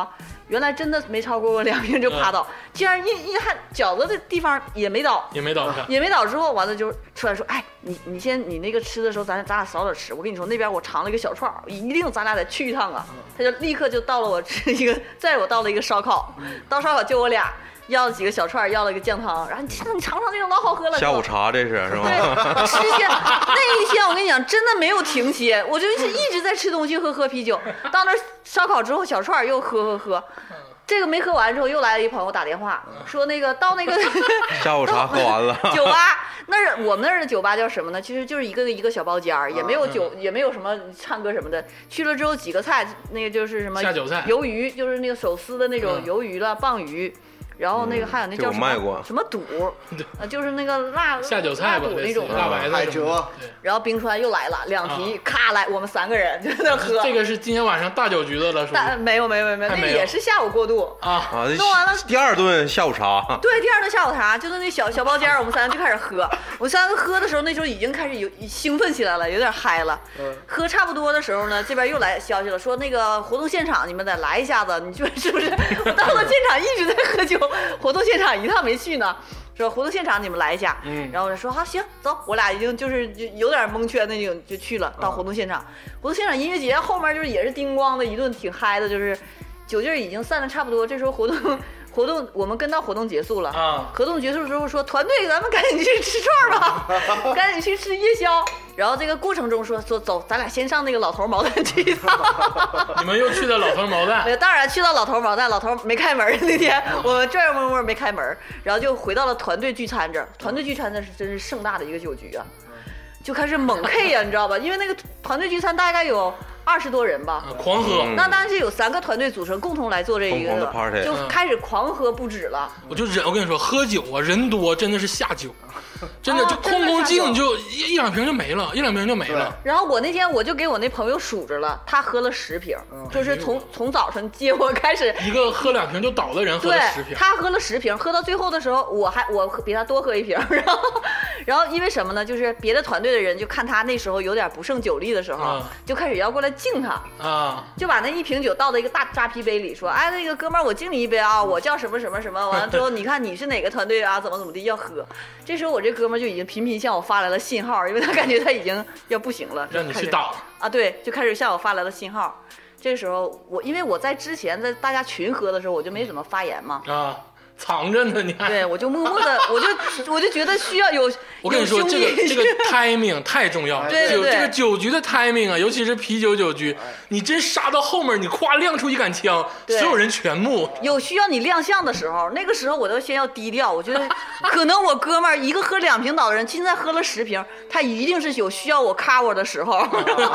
S2: 原来真的没超过2瓶就趴倒，竟然一看饺子的地方也没倒，
S1: 也没倒下，
S2: 也没倒之后，完了就出来说，哎，你那个吃的时候咱俩少点吃，我跟你说那边我尝了一个小串，一定咱俩得去一趟啊。他就立刻就到了我吃一个，再我到了一个烧烤，到烧烤就我俩。要了几个小串，要了一个酱汤，然后你尝尝这个老好喝了。
S3: 下午茶这是吧？
S2: 对，吃下那一天我跟你讲，真的没有停歇，我就是一直在吃东西喝啤酒。到那烧烤之后，小串又喝。这个没喝完之后，又来了一朋友打电话说那个到那个
S3: 下午茶喝完了，
S2: 酒吧我们那儿的酒吧叫什么呢？其实就是一个小包间儿，也没有酒，也没有什么唱歌什么的。去了之后几个菜，那个就是什么
S1: 下酒菜、
S2: 鱿鱼，就是那个手撕的那种鱿鱼了、鲅鱼。然后那个还有那叫什么肚，就是那个
S1: 下酒菜吧，
S2: 那种
S1: 辣白
S4: 海蜇。
S2: 然后冰川又来了2提，咔来，我们3个人就在那喝。
S1: 这个是今天晚上大酒局的了，
S2: 没有，那也是下午过渡
S1: 啊。
S2: 弄完了
S3: 第2顿下午茶。
S2: 对，第2顿下午茶就是那小包间，我们3人就开始喝。我们3个喝的时候，那时候已经开始兴奋起来了，有点嗨了。喝差不多的时候呢，这边又来消息了，说那个活动现场你们得来一下子，你是不是？我到了现场一直在喝酒。活动现场一趟没去呢，说活动现场你们来一下，然后我就说好行走，我俩已经就是有点蒙圈那种就去了，到活动现场。活动现场音乐节后面就是也是叮咣的一顿挺嗨的，就是酒劲儿已经散的差不多，这时候活动我们跟到活动结束了啊，活动结束之后说团队咱们赶紧去吃串吧，赶紧去吃夜宵。然后这个过程中说走，咱俩先上那个老头毛蛋去一趟。
S1: 你们又去的老头毛蛋？
S2: 当然去到老头毛蛋，老头没开门那天，我们转悠摸摸没开门，然后就回到了团队聚餐这儿。团队聚餐那是真是盛大的一个酒局啊，就开始猛 K 呀，你知道吧？因为那个团队聚餐大概有20多人吧，
S1: 狂喝。
S2: 那当然是有3个团队组成，共同来做这一个，就开始狂喝不止了。
S1: 我跟你说，喝酒啊，人多真的是下酒。真的就空镜就一两瓶就没了，然后我那天我就给我那朋友数着了，他喝了10瓶，就是从早晨接我开始，一个喝2瓶就倒的人喝了10瓶，
S2: 他喝了10瓶，喝到最后的时候我比他多喝1瓶，然后因为什么呢？就是别的团队的人就看他那时候有点不胜酒力的时候，就开始要过来敬他啊，就把那1瓶酒倒到一个大扎啤杯里，说哎那个哥们儿我敬你一杯啊，我叫什么什么什么，完了之后你看你是哪个团队啊，怎么地要喝，这时候我这哥们儿就已经频频向我发来了信号，因为他感觉他已经要不行了，
S1: 让你去打
S2: 啊，对，就开始向我发来了信号。这个时候因为我在之前在大家群喝的时候，我就没怎么发言嘛，
S1: 啊，藏着呢，你看，
S2: 对，我就默默的，我就觉得需要有，
S1: 我跟你说，这个 timing 太重要了，
S2: 对，
S1: 这个酒局的 timing 啊，尤其是啤酒酒局，你真杀到后面，你咵亮出一杆枪，所有人全幕。
S2: 有需要你亮相的时候，那个时候我都先要低调。我觉得可能我哥们儿一个喝2瓶倒的人，现在喝了10瓶，他一定是有需要我 cover 的时候。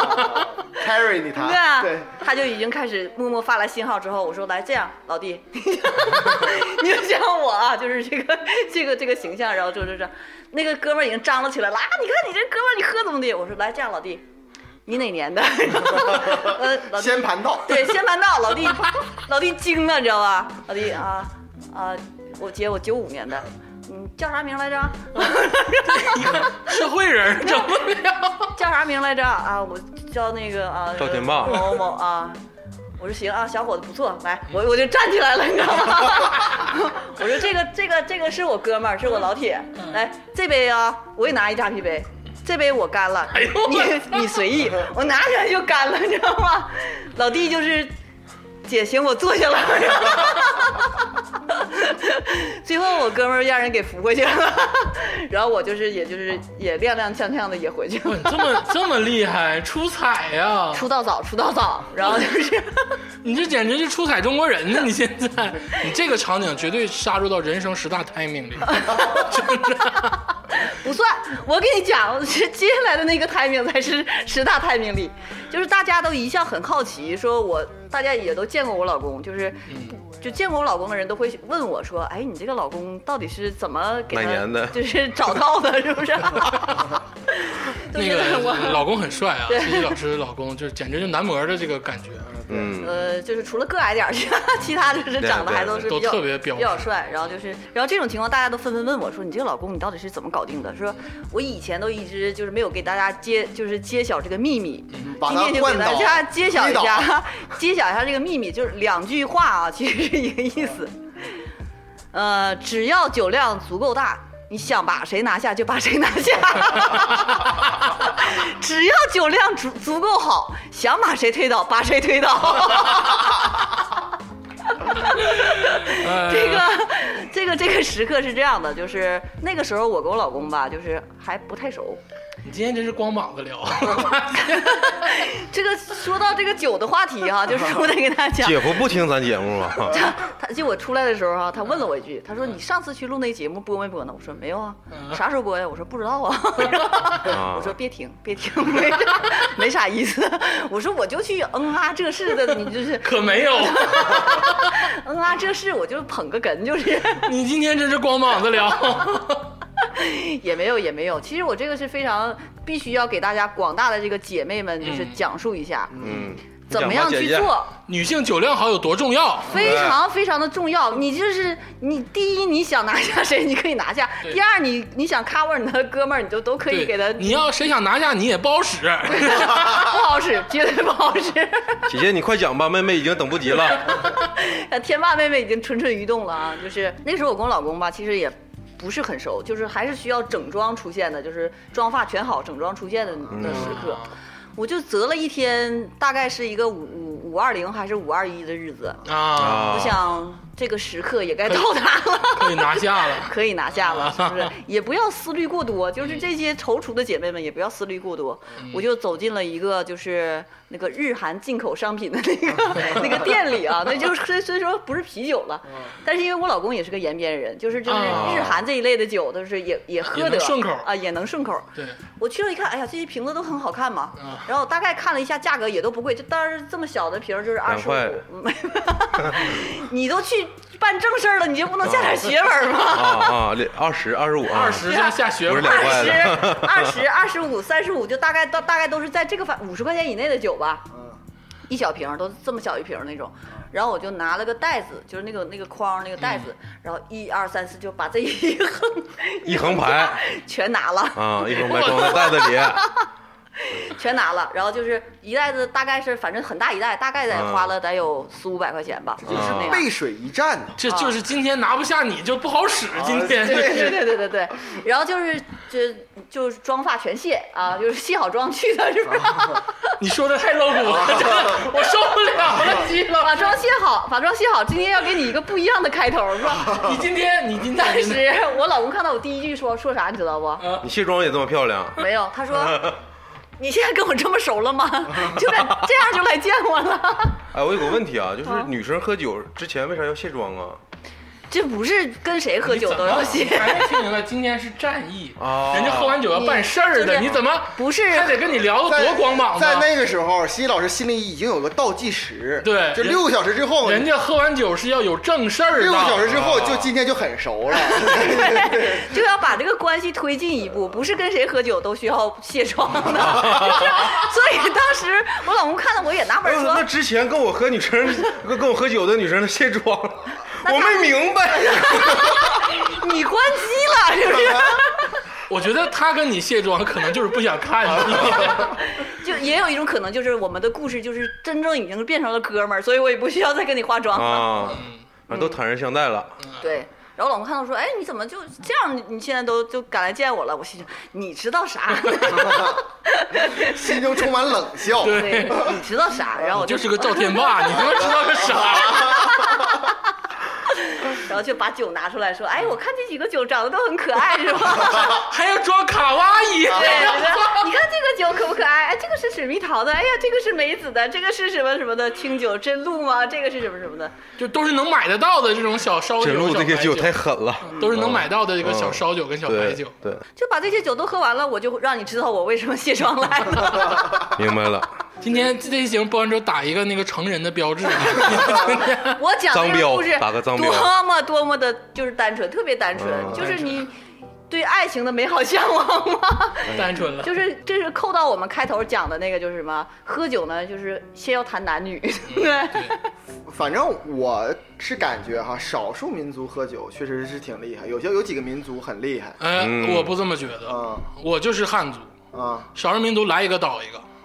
S4: carry 你他。
S2: 对啊，对，他就已经开始默默发来信号之后，我说来这样，老弟，你就像我啊，就是这个形象，然后就是这，那个哥们儿已经张了起来了啊！你看你这哥们儿，你喝怎么的？我说来这样，老弟。你哪年的？
S4: 老弟先盘道。
S2: 对，先盘道。老弟惊了，你知道吧？老弟啊，我95年的，你叫啥名来着？
S1: 社会人整不了。
S2: 叫啥名来着啊？我叫那个啊，
S3: 赵天霸。
S2: 某某啊。我说行啊，小伙子不错，来，我就站起来了，你知道吗？我说这个是我哥们儿，是我老铁，来这杯啊，我也拿一扎啤杯。这杯我干了，你随意，我拿起来就干了，你知道吗？老弟就是姐行，我坐下了。最后我哥们儿让人给扶回去了，然后我也踉踉跄跄的也回去了。
S1: 这么厉害，出彩呀！
S2: 出道早，然后就是
S1: 你这简直是出彩中国人呢！你现在，你这个场景绝对杀入到人生10大 timing 里，真的。
S2: 不算，我跟你讲，接下来的那个 timing 才是10大 timing 里，就是大家都一向很好奇，说大家也都见过我老公，就见过我老公的人都会问我说，哎，你这个老公到底是怎么给他就是找到的，是不是？
S1: 那个老公很帅啊，徐熙老师的老公就是简直就男模的这个感觉。
S2: 就是除了个矮点儿，其他就是长得还都是
S1: 都特别标
S2: 比较帅。然后这种情况，大家都纷纷问我说：“你这个老公你到底是怎么搞定的？”说我以前都一直就是没有给大家揭晓这个秘密，今天就给大家揭晓一下这个秘密，就是2句话啊，其实一个意思。只要酒量足够大，你想把谁拿下就把谁拿下。只要酒量足够好，想把谁推倒把谁推倒。这个时刻是这样的，就是那个时候我跟我老公吧，就是还不太熟。
S1: 你今天真是光膀子聊。
S2: 这个说到这个酒的话题哈，就是我得跟大家讲。
S3: 姐夫不听咱节目啊？
S2: 他就我出来的时候哈，他问了我一句，他说你上次去录那节目播没播呢？我说没有啊。啥时候播呀？我说不知道啊。我说别听，没啥意思。我说我就去这事的，你就是
S1: 可没有。
S2: 这事我就捧个哏，就是。
S1: 你今天真是光膀子聊。
S2: 也没有，其实我这个是非常必须要给大家广大的这个姐妹们就是讲述一下，怎么样去做。
S1: 女性酒量好有多重要？
S2: 非常非常的重要。你就是你，第一你想拿下谁，你可以拿下；第二你想 cover 你的哥们儿，你就都可以给他。
S1: 你要谁想拿下你也不好使，
S2: 不好使，绝对不好使。
S3: 姐姐你快讲吧，妹妹已经等不及了。
S2: 天霸妹妹已经蠢蠢欲动了啊！就是那时候我跟我老公吧，其实也不是很熟，就是还是需要整装出现的，就是妆发全好整装出现的时刻。我就择了一天，大概是一个520还是521的日子啊。我想这个时刻也该到达了，
S1: 可以拿下了，
S2: 可以拿下了，是不是？也不要思虑过多，就是这些踌躇的姐妹们也不要思虑过多。我就走进了一个就是那个日韩进口商品的那个店里啊，那就是虽说不是啤酒了，但是因为我老公也是个延边人，就是日韩这一类的酒都是也喝得
S1: 顺口
S2: 啊，也能顺口。
S1: 对，
S2: 我去了一看，哎呀，这些瓶子都很好看嘛，然后大概看了一下价格也都不贵，就当然这么小的瓶就是25。你都去办正事了，你就不能下点血本吗
S3: ？20、25、
S1: 20下血本
S2: ，20、25、35，就大概都是在这个50块钱以内的酒吧，一小瓶都这么小一瓶那种。然后我就拿了个袋子，就是那个筐那个袋子，然后1、2、3、4就把这一横排全拿了
S3: 啊，一横排装在袋子里。
S2: 全拿了，然后就是一袋子，大概是反正很大一袋，大概花了得有400-500块钱吧，就是那样。
S4: 背水一战，
S1: 这就是今天拿不下你就不好使，今天。
S2: 对，然后就是妆发全卸啊，就是卸好妆去的是吧？
S1: 你说的太露骨了，我受不了了，急了。
S2: 把妆卸好，今天要给你一个不一样的开头，是吧？
S1: 你今天。
S2: 当时我老公看到我第一句说啥，你知道不？
S3: 你卸妆也这么漂亮？
S2: 没有，他说。你现在跟我这么熟了吗？这样就来见我了。
S3: 哎，我有个问题啊，就是女生喝酒之前为啥要卸妆啊？
S2: 这不是跟谁喝酒都要卸。
S1: 还没听明白，今天是战役，人家喝完酒要办事儿的，你怎么
S2: 不是
S1: 还得跟你聊多光膀子？
S4: 在那个时候，西老师心里已经有个倒计时，
S1: 对，
S4: 就6个小时之后，
S1: 人家喝完酒是要有正事儿的。6
S4: 个小时之后，就今天就很熟了，
S2: 就要把这个关系推进一步，不是跟谁喝酒都需要卸妆的。所以当时我老公看到我也纳闷说，
S3: 那之前跟我喝酒的女生卸妆。我没明白，
S2: 你关机了是不是？
S1: 我觉得他跟你卸妆可能就是不想看你。
S2: 就也有一种可能，就是我们的故事就是真正已经变成了哥们儿，所以我也不需要再跟你化妆了。
S3: 都坦然相待了。
S2: 对。然后老公看到说，哎，你怎么就这样？你现在就赶来见我了？我心想，你知道啥？
S4: 心中充满冷笑。
S2: 对，你知道啥？然后我
S1: 就是个赵天霸，你他妈知道个啥？
S2: 然后就把酒拿出来说，哎，我看这几个酒长得都很可爱，是吧？
S1: 还要装卡哇伊。
S2: 对，你看这个酒可不可爱？哎，这个是水蜜桃的，哎呀，这个是梅子的，这个是什么什么的清酒真露吗？这个是什么什么的？
S1: 就都是能买得到的这种小烧酒。
S3: 真露这些酒太狠了，
S1: 都是能买到的这个小烧酒跟小白酒。
S3: 对，
S2: 就把这些酒都喝完了，我就让你知道我为什么卸妆来了。
S3: 明白了。
S1: 今天这期节目播完之后打一个那个成人的标志。
S2: 我讲这个故事
S3: 打个脏标，
S2: 多么的就是单纯，特别单纯，就是你对爱情的美好向往吗？
S1: 单纯了。
S2: 就是这是扣到我们开头讲的那个，就是什么喝酒呢，就是先要谈男女。对。
S4: 反正我是感觉哈，少数民族喝酒确实是挺厉害，有几个民族很厉害。
S1: 我不这么觉得，我就是汉族少数民族来一个倒一个。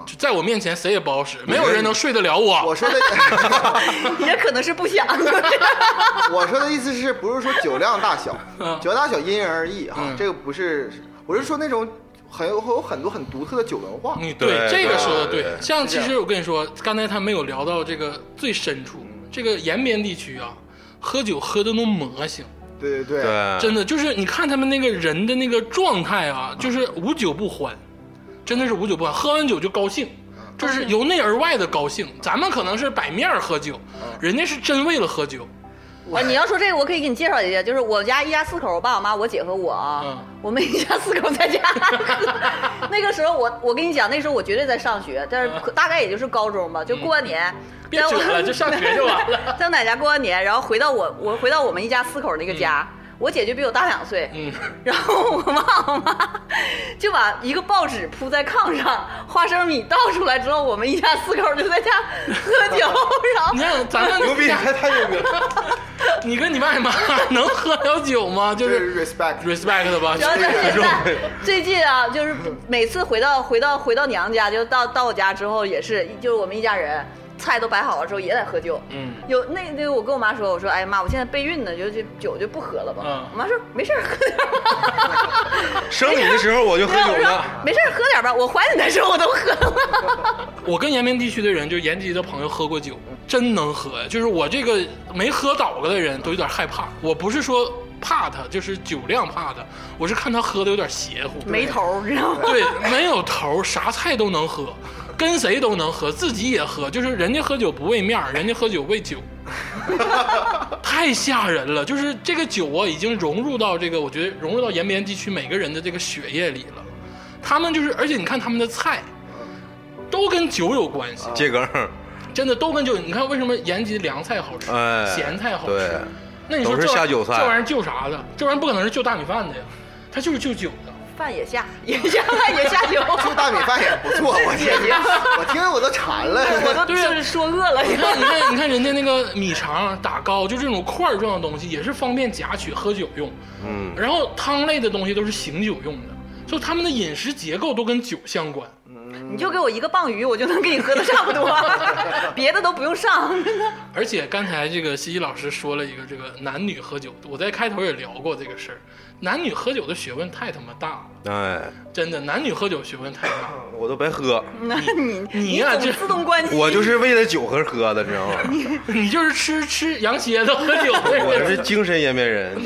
S1: 就在我面前谁也不好使，没有人能睡得了我。
S4: 我说的
S2: 也可能是不想。
S4: 我说的意思是不是说酒量大小？酒量大小因人而异哈，
S1: 嗯
S4: 这个不是，我是说那种有很多很独特的酒文化。
S3: 对
S1: 这个说的对。
S3: 对
S1: 像其实我跟你说，刚才他没有聊到这个最深处，这个延边地区啊，喝酒喝的都魔性。
S4: 对，
S1: 真的就是你看他们那个人的那个状态啊，就是无酒不欢，真的是无酒不欢，喝完酒就高兴，就是由内而外的高兴。咱们可能是摆面喝酒，人家是真为了喝酒。
S2: 你要说这个，我可以给你介绍一下，就是我家一家4口，我爸我妈我姐和我啊，我们一家4口在家。那个时候我跟你讲，那时候我绝对在上学，但是大概也就是高中吧，就过完年。
S1: 别整了，就上学就完了。
S2: 在我奶家过完年，然后回到我们一家4口那个家，我姐就比我大2岁，然后我妈就把一个报纸铺在炕上，花生米倒出来之后，我们一家4口就在家喝酒。然后
S1: 你看咱们
S3: 牛逼，太牛逼了！
S1: 你跟你爸你妈能喝了酒吗？就
S4: 这
S1: 是
S4: 是 respect
S1: 的吧？
S2: 然后最近啊，就是每次回到娘家，就到我家之后也是，就是我们一家人。菜都摆好了之后也得喝酒，有那个我跟我妈说，我说哎呀妈，我现在备孕呢，就酒就不喝了吧。我妈说没事喝点吧。
S3: 生你的时候我就喝酒了，
S2: 没事喝点吧，我怀你的时候我都喝了。
S1: 我跟延边地区的人，就延吉的朋友喝过酒，真能喝呀。就是我这个没喝倒过的人都有点害怕，我不是说怕他，就是酒量怕他，我是看他喝的有点邪乎，
S2: 没头，知道吗？
S1: 对，没有头，啥菜都能喝。跟谁都能喝，自己也喝，就是人家喝酒不为面，人家喝酒为酒，太吓人了。就是这个酒啊，已经融入到这个，我觉得融入到延边地区每个人的这个血液里了。他们就是，而且你看他们的菜，都跟酒有关系。
S3: 桔梗，
S1: 真的都跟酒。你看为什么延吉凉菜好吃，咸菜好吃？那你说
S3: 都是下酒菜，
S1: 这玩意儿救啥的？这玩意儿不可能是救大米饭的呀，它就是救酒的。
S2: 饭也下饭也下酒，
S4: 就大米饭也不错。我听我都馋了，
S2: 我都就是说饿了。
S1: 你看人家那个米肠打糕，就这种块状的东西，也是方便夹取喝酒用。然后汤类的东西都是醒酒用的，所以他们的饮食结构都跟酒相关。
S2: 你就给我一个鲅鱼，我就能给你喝的差不多，别的都不用上。
S1: 而且刚才这个西西老师说了一个这个男女喝酒，我在开头也聊过这个事儿。男女喝酒的学问太他妈大了，
S3: 哎，
S1: 真的，男女喝酒学问太大了，
S3: 我都白喝。
S1: 你呀，就
S2: 自动关机。
S3: 我就是为了酒而喝的，知道吗？
S1: 你就是吃羊蝎子喝酒的人。
S3: 我是精神延边人。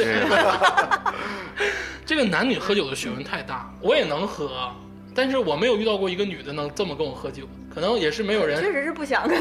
S1: 这个男女喝酒的学问太大，我也能喝，但是我没有遇到过一个女的能这么跟我喝酒，可能也是没有人。
S2: 确实是不想跟。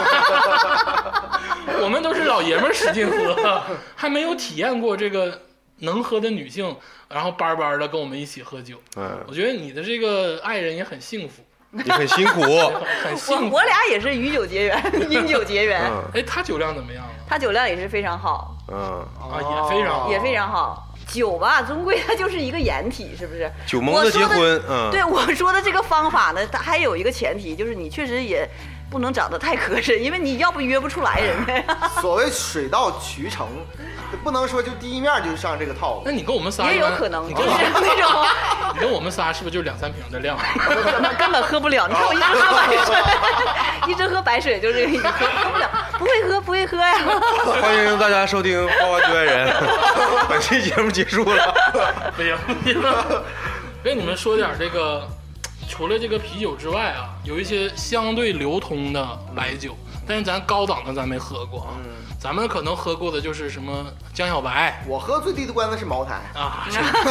S1: 我们都是老爷们儿使劲喝，还没有体验过这个。能喝的女性，然后班的跟我们一起喝酒。我觉得你的这个爱人也很幸福，
S3: 也很辛苦，
S1: 很幸福。
S2: 我俩也是与酒结缘，因酒结缘。
S1: 哎，他酒量怎么样啊？
S2: 他酒量也是非常好。
S1: 也非常好，
S2: 也非常好。酒吧，终归它就是一个掩体，是不是？
S3: 酒蒙子结婚，
S2: 对我说的这个方法呢，它还有一个前提，就是你确实也不能长得太磕碜，因为你要不约不出来人家呀。
S4: 所谓水到渠成，不能说就第一面就上这个套路。
S1: 那你跟我们仨
S2: 也有可能，就是那种。
S1: 你跟我们仨是不是就2-3瓶的量？
S2: 根本喝不了。你看我一直喝白水，一直喝白水，就这个意思，喝不了，不会喝呀。
S3: 欢迎大家收听《花花局外人》，本期节目结束了。
S1: 不行，跟你们说点这个，除了这个啤酒之外啊，有一些相对流通的白酒，但是咱高档的咱没喝过啊。咱们可能喝过的就是什么江小白，
S4: 我喝最低的关的是茅台
S1: 啊，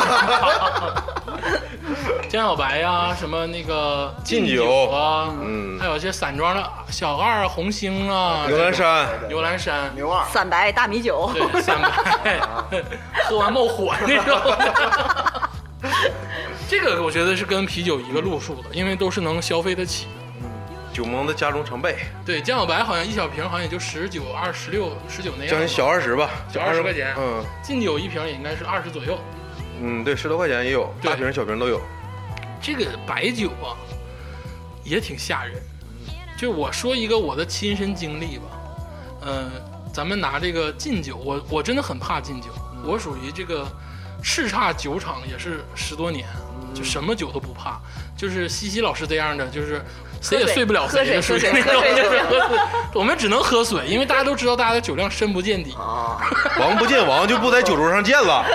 S1: 江小白呀，什么那个
S3: 劲
S1: 酒啊，还有一些散装的小二、红星啊，
S3: 牛栏山、
S4: 牛二、
S2: 散白、大米酒，
S1: 对，散白，喝完冒火那种。这个我觉得是跟啤酒一个路数的，因为都是能消费得起的。
S3: 酒蒙的家中常备。
S1: 对，江小白好像一小瓶好像也就19、20、16、19那样，
S3: 将近小20吧，
S1: 小20块钱。劲酒一瓶也应该是20左右。
S3: 对，10多块钱也有，大瓶小瓶都有。
S1: 这个白酒啊，也挺吓人。就我说一个我的亲身经历吧，咱们拿这个劲酒，我真的很怕劲酒，我属于这个叱咤酒厂也是10多年，就什么酒都不怕，就是西西老师这样的，就是谁也睡不了谁的，属于那种就是喝水，我们只能喝水，因为大家都知道大家的酒量深不见底
S4: 啊，
S3: 王不见王就不在酒桌上见了。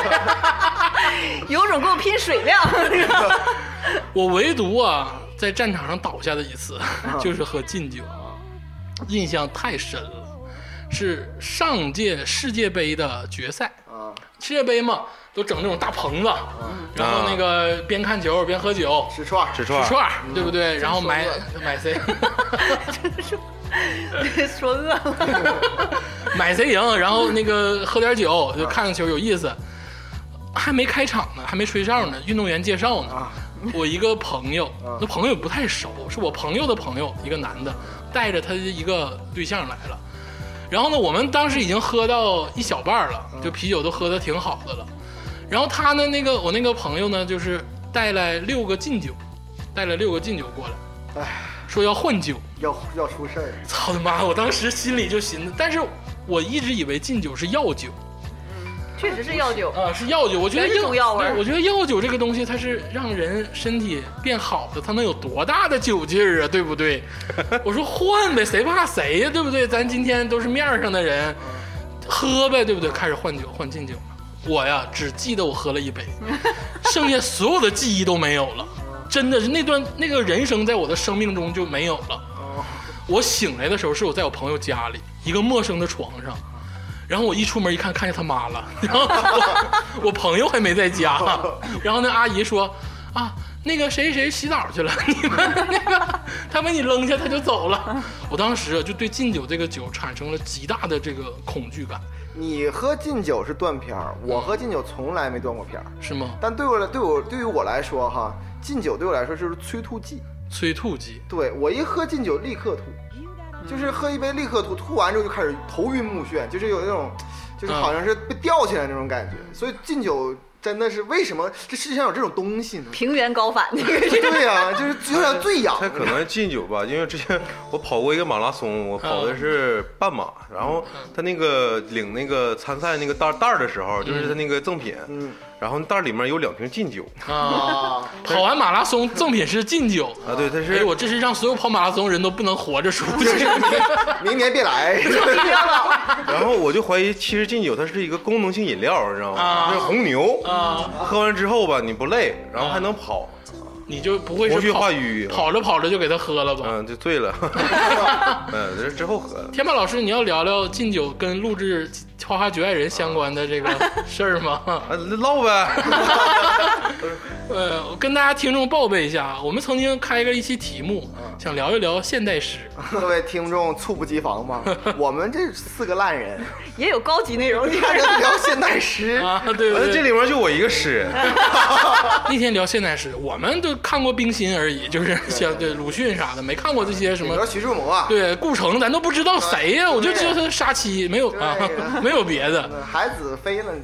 S2: 有种跟我拼水量。
S1: 我唯独在战场上倒下的一次，就是喝禁酒，印象太深了。是上届世界杯的决赛世界杯嘛，都整那种大棚子，然后那个边看球边喝酒，
S4: 吃串，
S1: 对不对？然后买谁？
S2: 说饿了，
S1: 买谁赢，然后那个喝点酒，就看看球有意思。还没开场呢，还没吹哨呢，运动员介绍呢。我一个朋友，那朋友不太熟，是我朋友的朋友，一个男的，带着他的一个对象来了。然后呢，我们当时已经喝到一小半了，就啤酒都喝得挺好的了。然后他呢，我那个朋友呢，就是带来6个禁酒过来，说要换酒，
S4: 要出事儿。
S1: 操他妈！我当时心里就寻思，但是我一直以为禁酒是药酒。
S2: 确实是药酒
S1: 是药酒。我觉得
S2: 中药味。
S1: 我觉得药酒这个东西，它是让人身体变好的，它能有多大的酒劲儿啊？对不对？我说换呗，谁怕谁呀？对不对？咱今天都是面上的人，喝呗，对不对？开始换酒，换禁酒。我呀，只记得我喝了1杯，剩下所有的记忆都没有了。真的是那个人生在我的生命中就没有了。我醒来的时候是我在我朋友家里一个陌生的床上。然后我一出门一看，看见他妈了，然后我朋友还没在家，然后那阿姨说那个谁谁洗澡去了，你们那个他把你扔下他就走了。我当时就对禁酒这个酒产生了极大的这个恐惧感。
S4: 你喝禁酒是断片儿，我喝禁酒从来没断过片儿，
S1: 是吗？
S4: 但对于我来说哈，禁酒对我来说就是催吐剂。
S1: 催吐剂。
S4: 对，我一喝禁酒立刻吐。就是喝一杯立刻吐，吐完之后就开始头晕目眩，就是有那种，就是好像是被吊起来那种感觉。所以禁酒真的是为什么这世界上有这种东西呢？
S2: 平原高反，
S4: 对呀，就是有点醉氧。
S3: 他可能禁酒吧，因为之前我跑过一个马拉松，我跑的是半马，然后他那个领那个参赛那个袋的时候，就是他那个赠品，然后袋里面有2瓶禁酒
S1: 跑完马拉松赠品是禁酒
S3: 对，他是
S1: 我这是让所有跑马拉松人都不能活着出去，
S4: 明年别来。
S3: 然后我就怀疑，其实禁酒它是一个功能性饮料，你知道吗？是红牛喝完之后吧，你不累，然后还能跑。
S1: 你就不会是
S3: 活血化瘀，
S1: 跑着跑着就给他喝了吧？
S3: 就醉了。这是之后喝的。
S1: 天霸老师，你要聊聊禁酒跟录制《花花局外人》相关的这个事儿吗？
S3: 唠呗。
S1: 我跟大家听众报备一下，我们曾经开过一期题目，想聊一聊现代诗。
S4: 各位听众猝不及防吧，我们这4个烂人
S2: 也有高级内容，
S4: 你看人聊现代诗
S1: 对，
S3: 这里面就我一个诗人。
S1: 那天聊现代诗，我们都看过冰心而已，就是像对鲁迅啥的，没看过这些什么。
S4: 徐志摩
S1: 对顾城，咱都不知道谁呀，我就知道他杀妻，没有没有别的。
S4: 孩子飞了。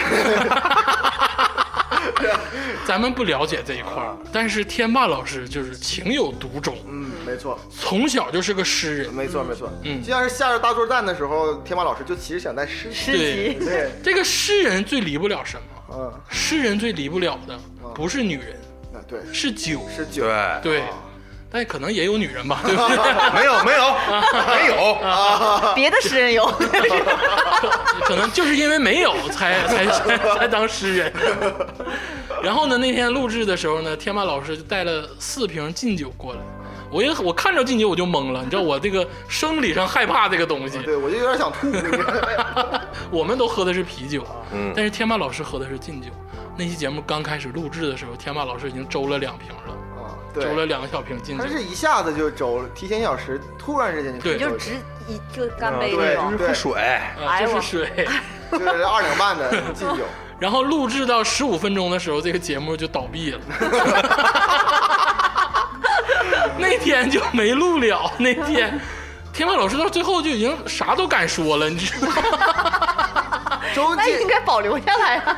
S1: 咱们不了解这一块儿，但是天霸老师就是情有独钟。
S4: 没错，
S1: 从小就是个诗人。
S4: 没错。就像是夏日大作战的时候，天霸老师就其实想带诗
S2: 集。
S4: 对，
S1: 这个诗人最离不了什么？诗人最离不了的不是女人，
S4: 对，
S1: 是酒。
S3: 对。
S1: 但可能也有女人吧，对不对？
S3: 没有
S2: 别的诗人有，
S1: 可能就是因为没有才当诗人。然后呢，那天录制的时候呢，天霸老师就带了4瓶禁酒过来。我看着禁酒我就懵了，你知道我这个生理上害怕这个东西，
S4: 对我就有点想吐。
S1: 我们都喝的是啤酒，但是天霸老师喝的是禁酒。那期节目刚开始录制的时候，天霸老师已经周了2瓶了。周了2个小瓶禁酒，
S4: 他是一下子就周了，提前1小时，突然之间
S1: 就
S2: 就直一个干杯那种，
S3: 就是喝水，
S1: 就是水，
S4: 就是2两半的禁酒。
S1: 然后录制到15分钟的时候，这个节目就倒闭了。那天就没录了。那天天霸老师到最后就已经啥都敢说了，你知道吗？
S2: 那应该保留下来啊。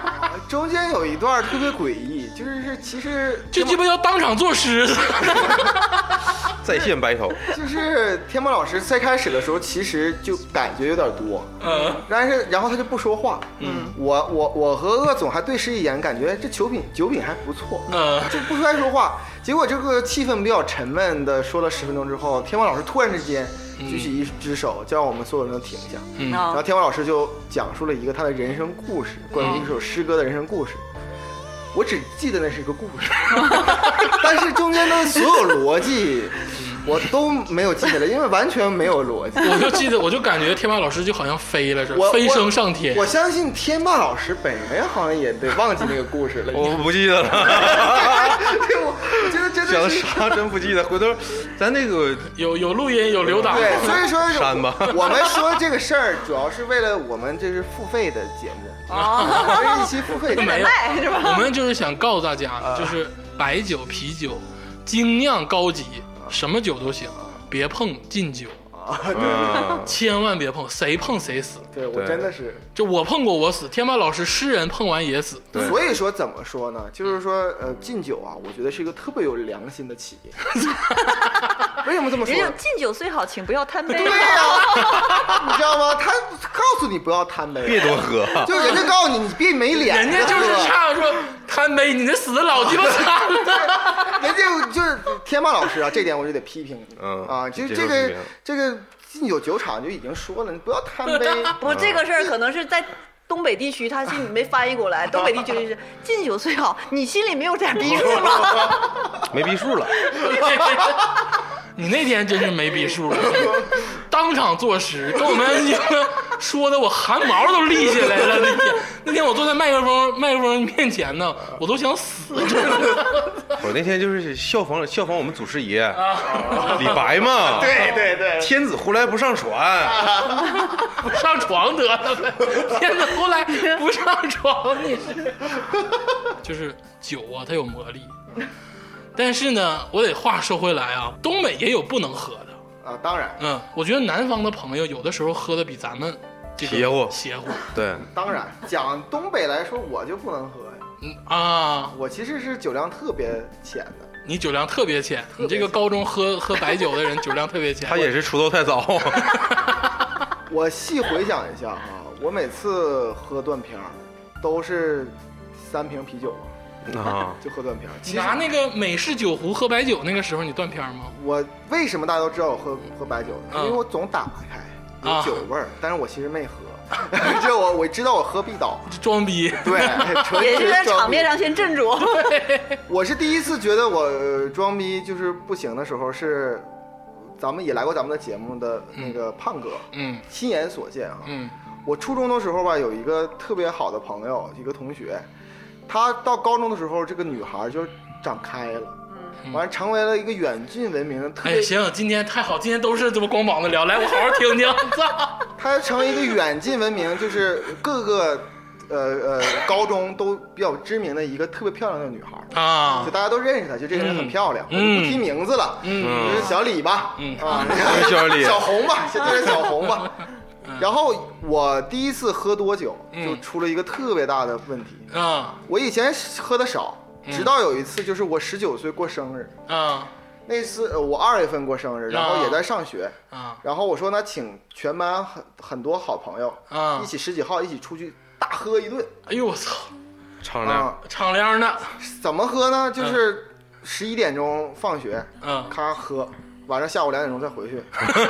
S4: 中间有一段特别诡异，就是其实
S1: 这鸡巴要当场作诗，
S3: 在线白头。
S4: 就是天猫老师在开始的时候，其实就感觉有点多，然后他就不说话，我和鄂总还对视一眼，感觉这酒品还不错，就不太说话。结果这个气氛比较沉闷的说了10分钟之后，天猫老师突然之间举起一只手，叫我们所有人都停下。然后天猫老师就讲述了一个他的人生故事，关于一首诗歌的人生故事。我只记得那是一个故事，但是中间的所有逻辑我都没有记下来，因为完全没有逻辑。
S1: 我就感觉天霸老师就好像飞了似的，飞升上天。
S4: 我相信天霸老师本人好像也得忘记那个故事了。
S3: 我不记得了。
S4: 我觉得真的
S3: 讲的啥真不记得，回头咱那个
S1: 有录音有留档。
S4: 对，所以说
S3: 删吧。
S4: 我们说这个事儿主要是为了我们这是付费的节目这是一期付费的
S1: 没有
S2: 是吧？
S1: 我们就是想告诉大家，就是白酒、啤酒、精酿、高级，什么酒都行，别碰禁酒。千万别碰，谁碰谁死。
S4: 对，我真的是，
S1: 就我碰过我死，天霸老师诗人碰完也死。
S3: 对，
S4: 所以说怎么说呢？就是说，禁酒啊，我觉得是一个特别有良心的企业。为什么这么说？
S2: 人家禁酒虽好，请不要贪杯。
S4: 对呀，你知道吗？他告诉你不要贪杯，
S3: 别多喝。
S4: 就人家告诉你，你别没脸。
S1: 人家就是差说贪杯，你这死的老鸡巴惨了。
S4: 人家就是天霸老师啊，这点我就得批评你。就是这个禁酒酒厂就已经说了，你不要贪杯。
S2: 不，这个事儿可能是在东北地区，他心里没翻译过来。东北地区是禁酒虽好，你心里没有点逼数吗？
S3: 没逼数了。
S1: 你那天真是没逼数了，当场作诗，跟我们说的我汗毛都立起来了。那天我坐在麦克风面前呢，我都想死。
S3: 我那天就是效仿我们祖师爷李白嘛。
S4: 对，
S3: 天子呼来不上船，
S1: 不上床得了呗。天子呼来不上床，你是就是酒啊，它有魔力。但是呢，我得话说回来啊，东北也有不能喝的
S4: 啊，当然，
S1: 我觉得南方的朋友有的时候喝的比咱们这个邪乎。
S3: 对，
S4: 当然，讲东北来说，我就不能喝呀。我其实是酒量特别浅的。
S1: 你酒量特别浅，你这个高中喝白酒的人酒量特别浅。
S3: 他也是出道太早。
S4: 我细回想一下哈，我每次喝断片都是3瓶啤酒。就喝断片。
S1: 拿那个美式酒壶喝白酒，那个时候你断片吗？
S4: 我为什么大家都知道我喝白酒？因为我总打开有酒味儿，但是我其实没喝。这我知道我喝必倒，
S1: 装逼。
S4: 对，
S2: 也是在场面上先镇住。
S4: 我是第一次觉得我装逼就是不行的时候，是咱们也来过咱们的节目的那个胖哥，亲眼所见啊。我初中的时候吧，有一个特别好的朋友，一个同学。他到高中的时候，这个女孩就长开了，完了成为了一个远近闻名的特别。
S1: 行，今天太好，今天都是这么光膀子聊，来我好好听听。
S4: 她成为一个远近闻名，就是各个高中都比较知名的一个特别漂亮的女孩啊，就大家都认识她，就这个人很漂亮，我就不提名字了，就是小李吧，
S3: 小李，
S4: 小红吧，现在是小红吧。然后我第一次喝多酒，就出了一个特别大的问题我以前喝的少，直到有一次，就是我19岁过生日那次我2月份过生日，然后也在上学然后我说那请全班很多好朋友一起10几号一起出去大喝一顿。
S1: 哎呦我操，
S3: 敞
S1: 亮的。
S4: 怎么喝呢？就是11点钟放学咔喝。晚上下午2点钟再回去，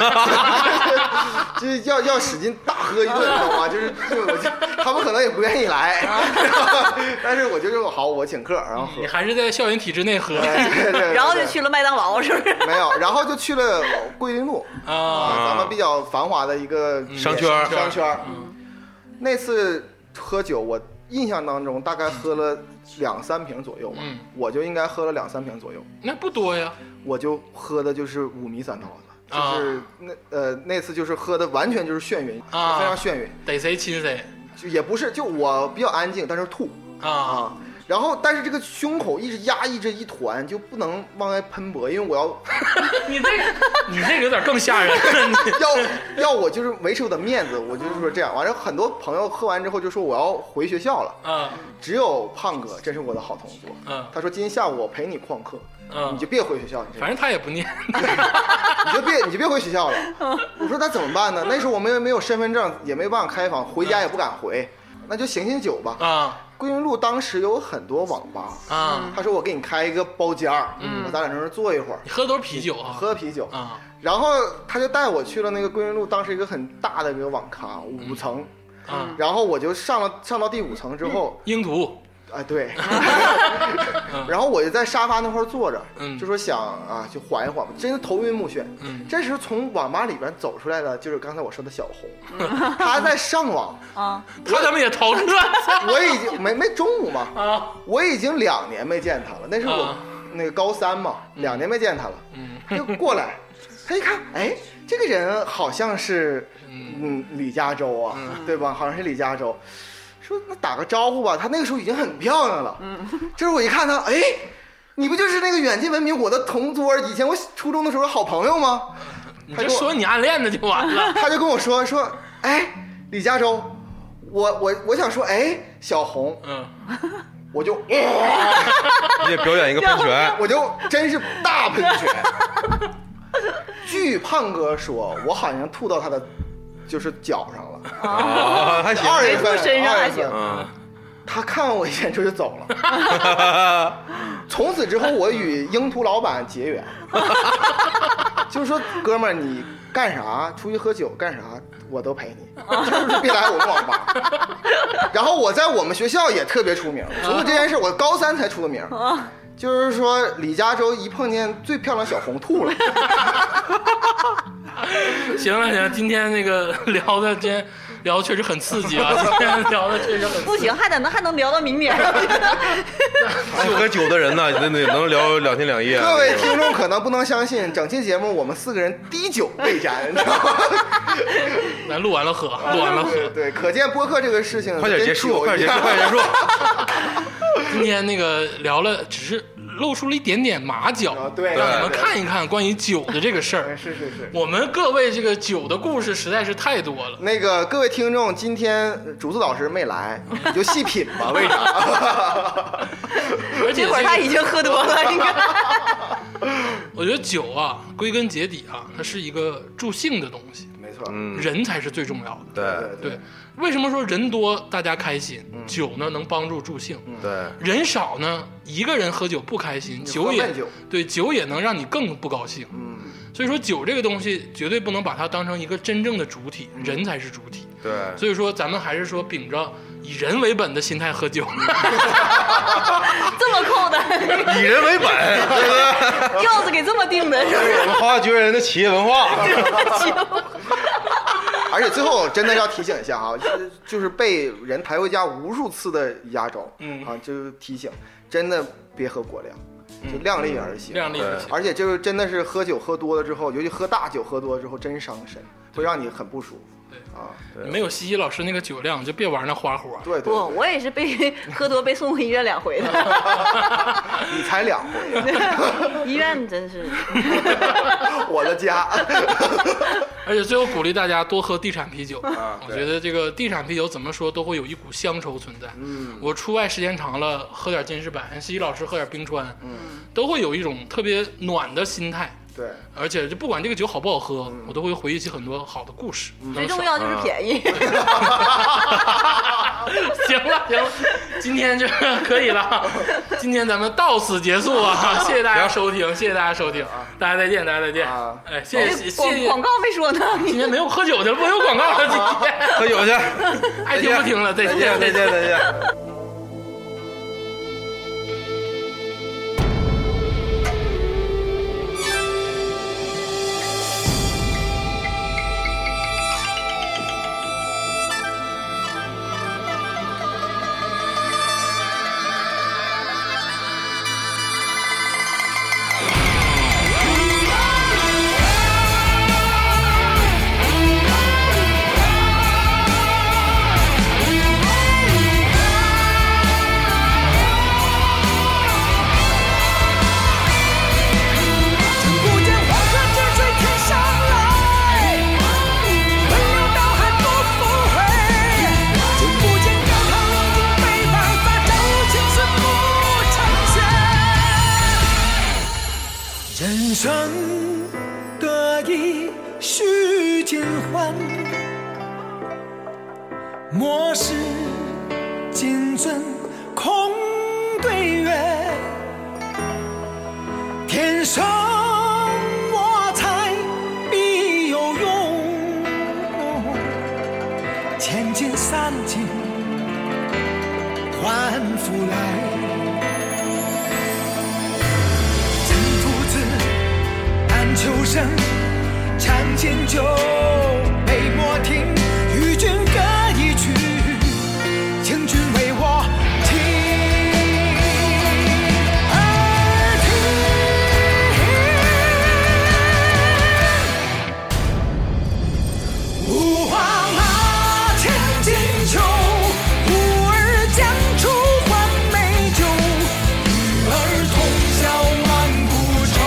S4: 就是要使劲大喝一顿，懂吗？就是他们可能也不愿意来，但是我就是好，我请客，然后喝。
S1: 你还是在校园体制内喝，
S4: 对，
S2: 然后就去了麦当劳，是不是？
S4: 没有，然后就去了桂林路咱们比较繁华的一个
S3: 商圈。
S4: 那次喝酒，我印象当中大概喝了2-3瓶左右我就应该喝了2-3瓶左右，
S1: 那不多呀。
S4: 我就喝的就是5迷3套的，就是那次就是喝的完全就是眩晕非常眩晕，
S1: 逮谁亲谁，
S4: 就也不是，就我比较安静，但是吐然后但是这个胸口一直压抑着一团，就不能往外喷薄，因为我要
S1: 你这个有点更吓人。
S4: 要我就是维持我的面子，我就是说这样。完了，很多朋友喝完之后就说我要回学校了。只有胖哥，这是我的好同桌。他说今天下午我陪你旷课。你就别回学校，
S1: 反正他也不念，
S4: 你就别回学校了。我说那怎么办呢？那时候我们没有身份证，也没办法开房，回家也不敢回，那就醒酒吧。桂云路当时有很多网吧他说我给你开一个包间咱俩在那儿坐一会儿。
S1: 你喝都是啤酒啊？
S4: 喝啤酒然后他就带我去了那个桂云路当时一个很大的一个网咖，5层。然后我就上到第5层之后，
S1: 鹰图。
S4: 对，然后我就在沙发那块坐着，就说想就缓一缓吧，真的头晕目眩。这时候从网吧里边走出来的就是刚才我说的小红，他在上网
S1: 他怎么也逃出来？
S4: 我已经没中午嘛我已经2年没见他了，那是我那个高3嘛，2年没见他了，就过来，他一看，哎，这个人好像是李嘉洲对吧？好像是李嘉洲。说那打个招呼吧，他那个时候已经很漂亮了。这时候我一看他，哎，你不就是那个远近闻名我的同桌，以前我初中的时候的好朋友吗？
S1: 你就说你暗恋的就完了。
S4: 他就跟我说，哎，李嘉洲，我想说，哎，小红，我就
S3: 你得表演一个喷泉，
S4: 我就真是大喷泉。据胖哥说，我好像吐到他的就是脚上了
S3: 还行
S4: ，2月份
S2: 身上还行。
S4: 他看完我一眼之后就走了。从此之后，我与鹰图老板结缘，就是说，哥们儿，你干啥出去喝酒干啥，我都陪你，就是别来我们网吧。然后我在我们学校也特别出名，除了这件事，我高3才出的名。就是说，李嘉洲一碰见最漂亮小红吐了。
S1: 行了，今天那个聊的确实很刺激啊！今天聊的确实很刺激。
S2: 不行，还能聊到明年。
S3: 就喝酒的人呢，能聊2天2夜。
S4: 各位听众可能不能相信，整期节目我们4个人滴酒未沾，你知道吗？
S1: 咱录完了喝，录完了喝。
S4: 对，可见播客这个事情
S3: 快点结束，快点结束。
S1: 今天那个聊了，只是露出了一点点马脚，
S4: 对，
S1: 让你们看一看关于酒的这个事儿。
S4: 是。
S1: 我们各位这个酒的故事实在是太多了。
S4: 那个各位听众，今天竹子老师没来，你就细品吧。为啥？
S1: 而且
S2: 这会儿他已经喝多了，应该。
S1: 我觉得酒归根结底它是一个助兴的东西。
S4: 没错，
S1: 人才是最重要
S3: 的。
S1: 对。为什么说人多大家开心？酒呢能帮助助兴。
S3: 对。
S1: 人少呢，一个人喝酒不开心，酒也能让你更不高兴。所以说酒这个东西绝对不能把它当成一个真正的主体，人才是主体。
S3: 对。
S1: 所以说咱们还是说秉着以人为本的心态喝酒。
S2: 这么扣的。
S3: 以人为本，对不对？
S2: 调子给这么定的，是不是？
S3: 我们花绝人的企业文化。
S4: 而且最后真的要提醒一下就是被人抬回家无数次的压轴，就提醒，真的别喝过量，就量力而行。
S1: 量力而行。
S4: 而且就是真的是喝酒喝多了之后，尤其喝大酒喝多了之后，真伤身，会让你很不舒服。
S1: 对，没有西西老师那个酒量，就别玩那花活。
S4: 对。
S2: 不，我也是喝多被送回医院2回的。
S4: 你才2回。
S2: 医院真是。
S4: 我的家。
S1: 而且最后鼓励大家多喝地产啤酒。我觉得这个地产啤酒怎么说都会有一股乡愁存在。我出外时间长了，喝点金士百，西西老师喝点冰川，都会有一种特别暖的心态。
S4: 对，
S1: 而且就不管这个酒好不好喝，我都会回忆起很多好的故事。
S2: 最重要就是便宜。
S1: 行了，今天就可以了。今天咱们到此结束谢谢大家收听，大家再见，哎，谢谢。
S2: 广告没说呢。
S1: 今天没有喝酒去了，不有广告了，今天
S3: 喝酒去，
S1: 爱听不听了，再见。
S5: 生得意须尽欢，莫使金樽空对月。天生我材必有用，千金散尽还复来。秋声唱尽酒，杯莫停，与君歌一曲，请君为我听耳听。五花马，千金裘，呼儿将出换美酒，与儿同销万古愁。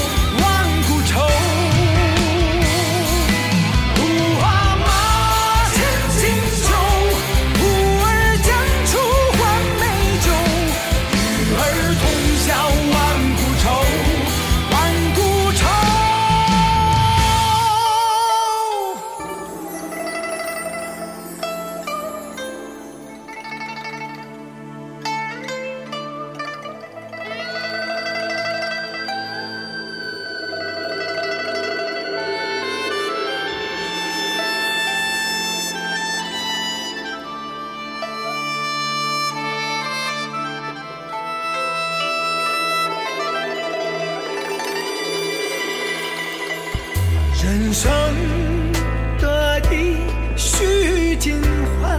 S5: 人生得意须尽欢，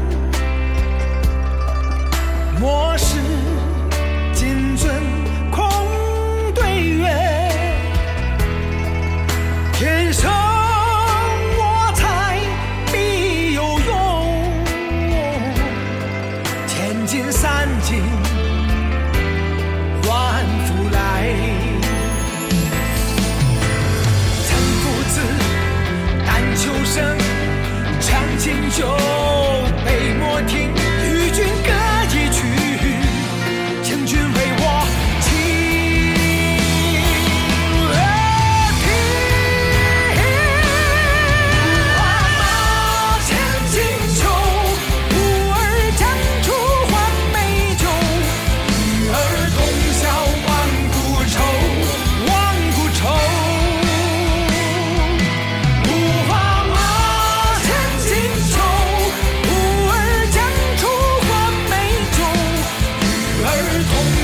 S5: 莫使金樽空对月。天生我材必有用，千金散尽还复来。秋声唱尽酒，杯莫停，与君歌一曲，请君为我听耳听。五花马，千金裘，呼儿将出换美酒，与儿同销万古愁，万古愁。同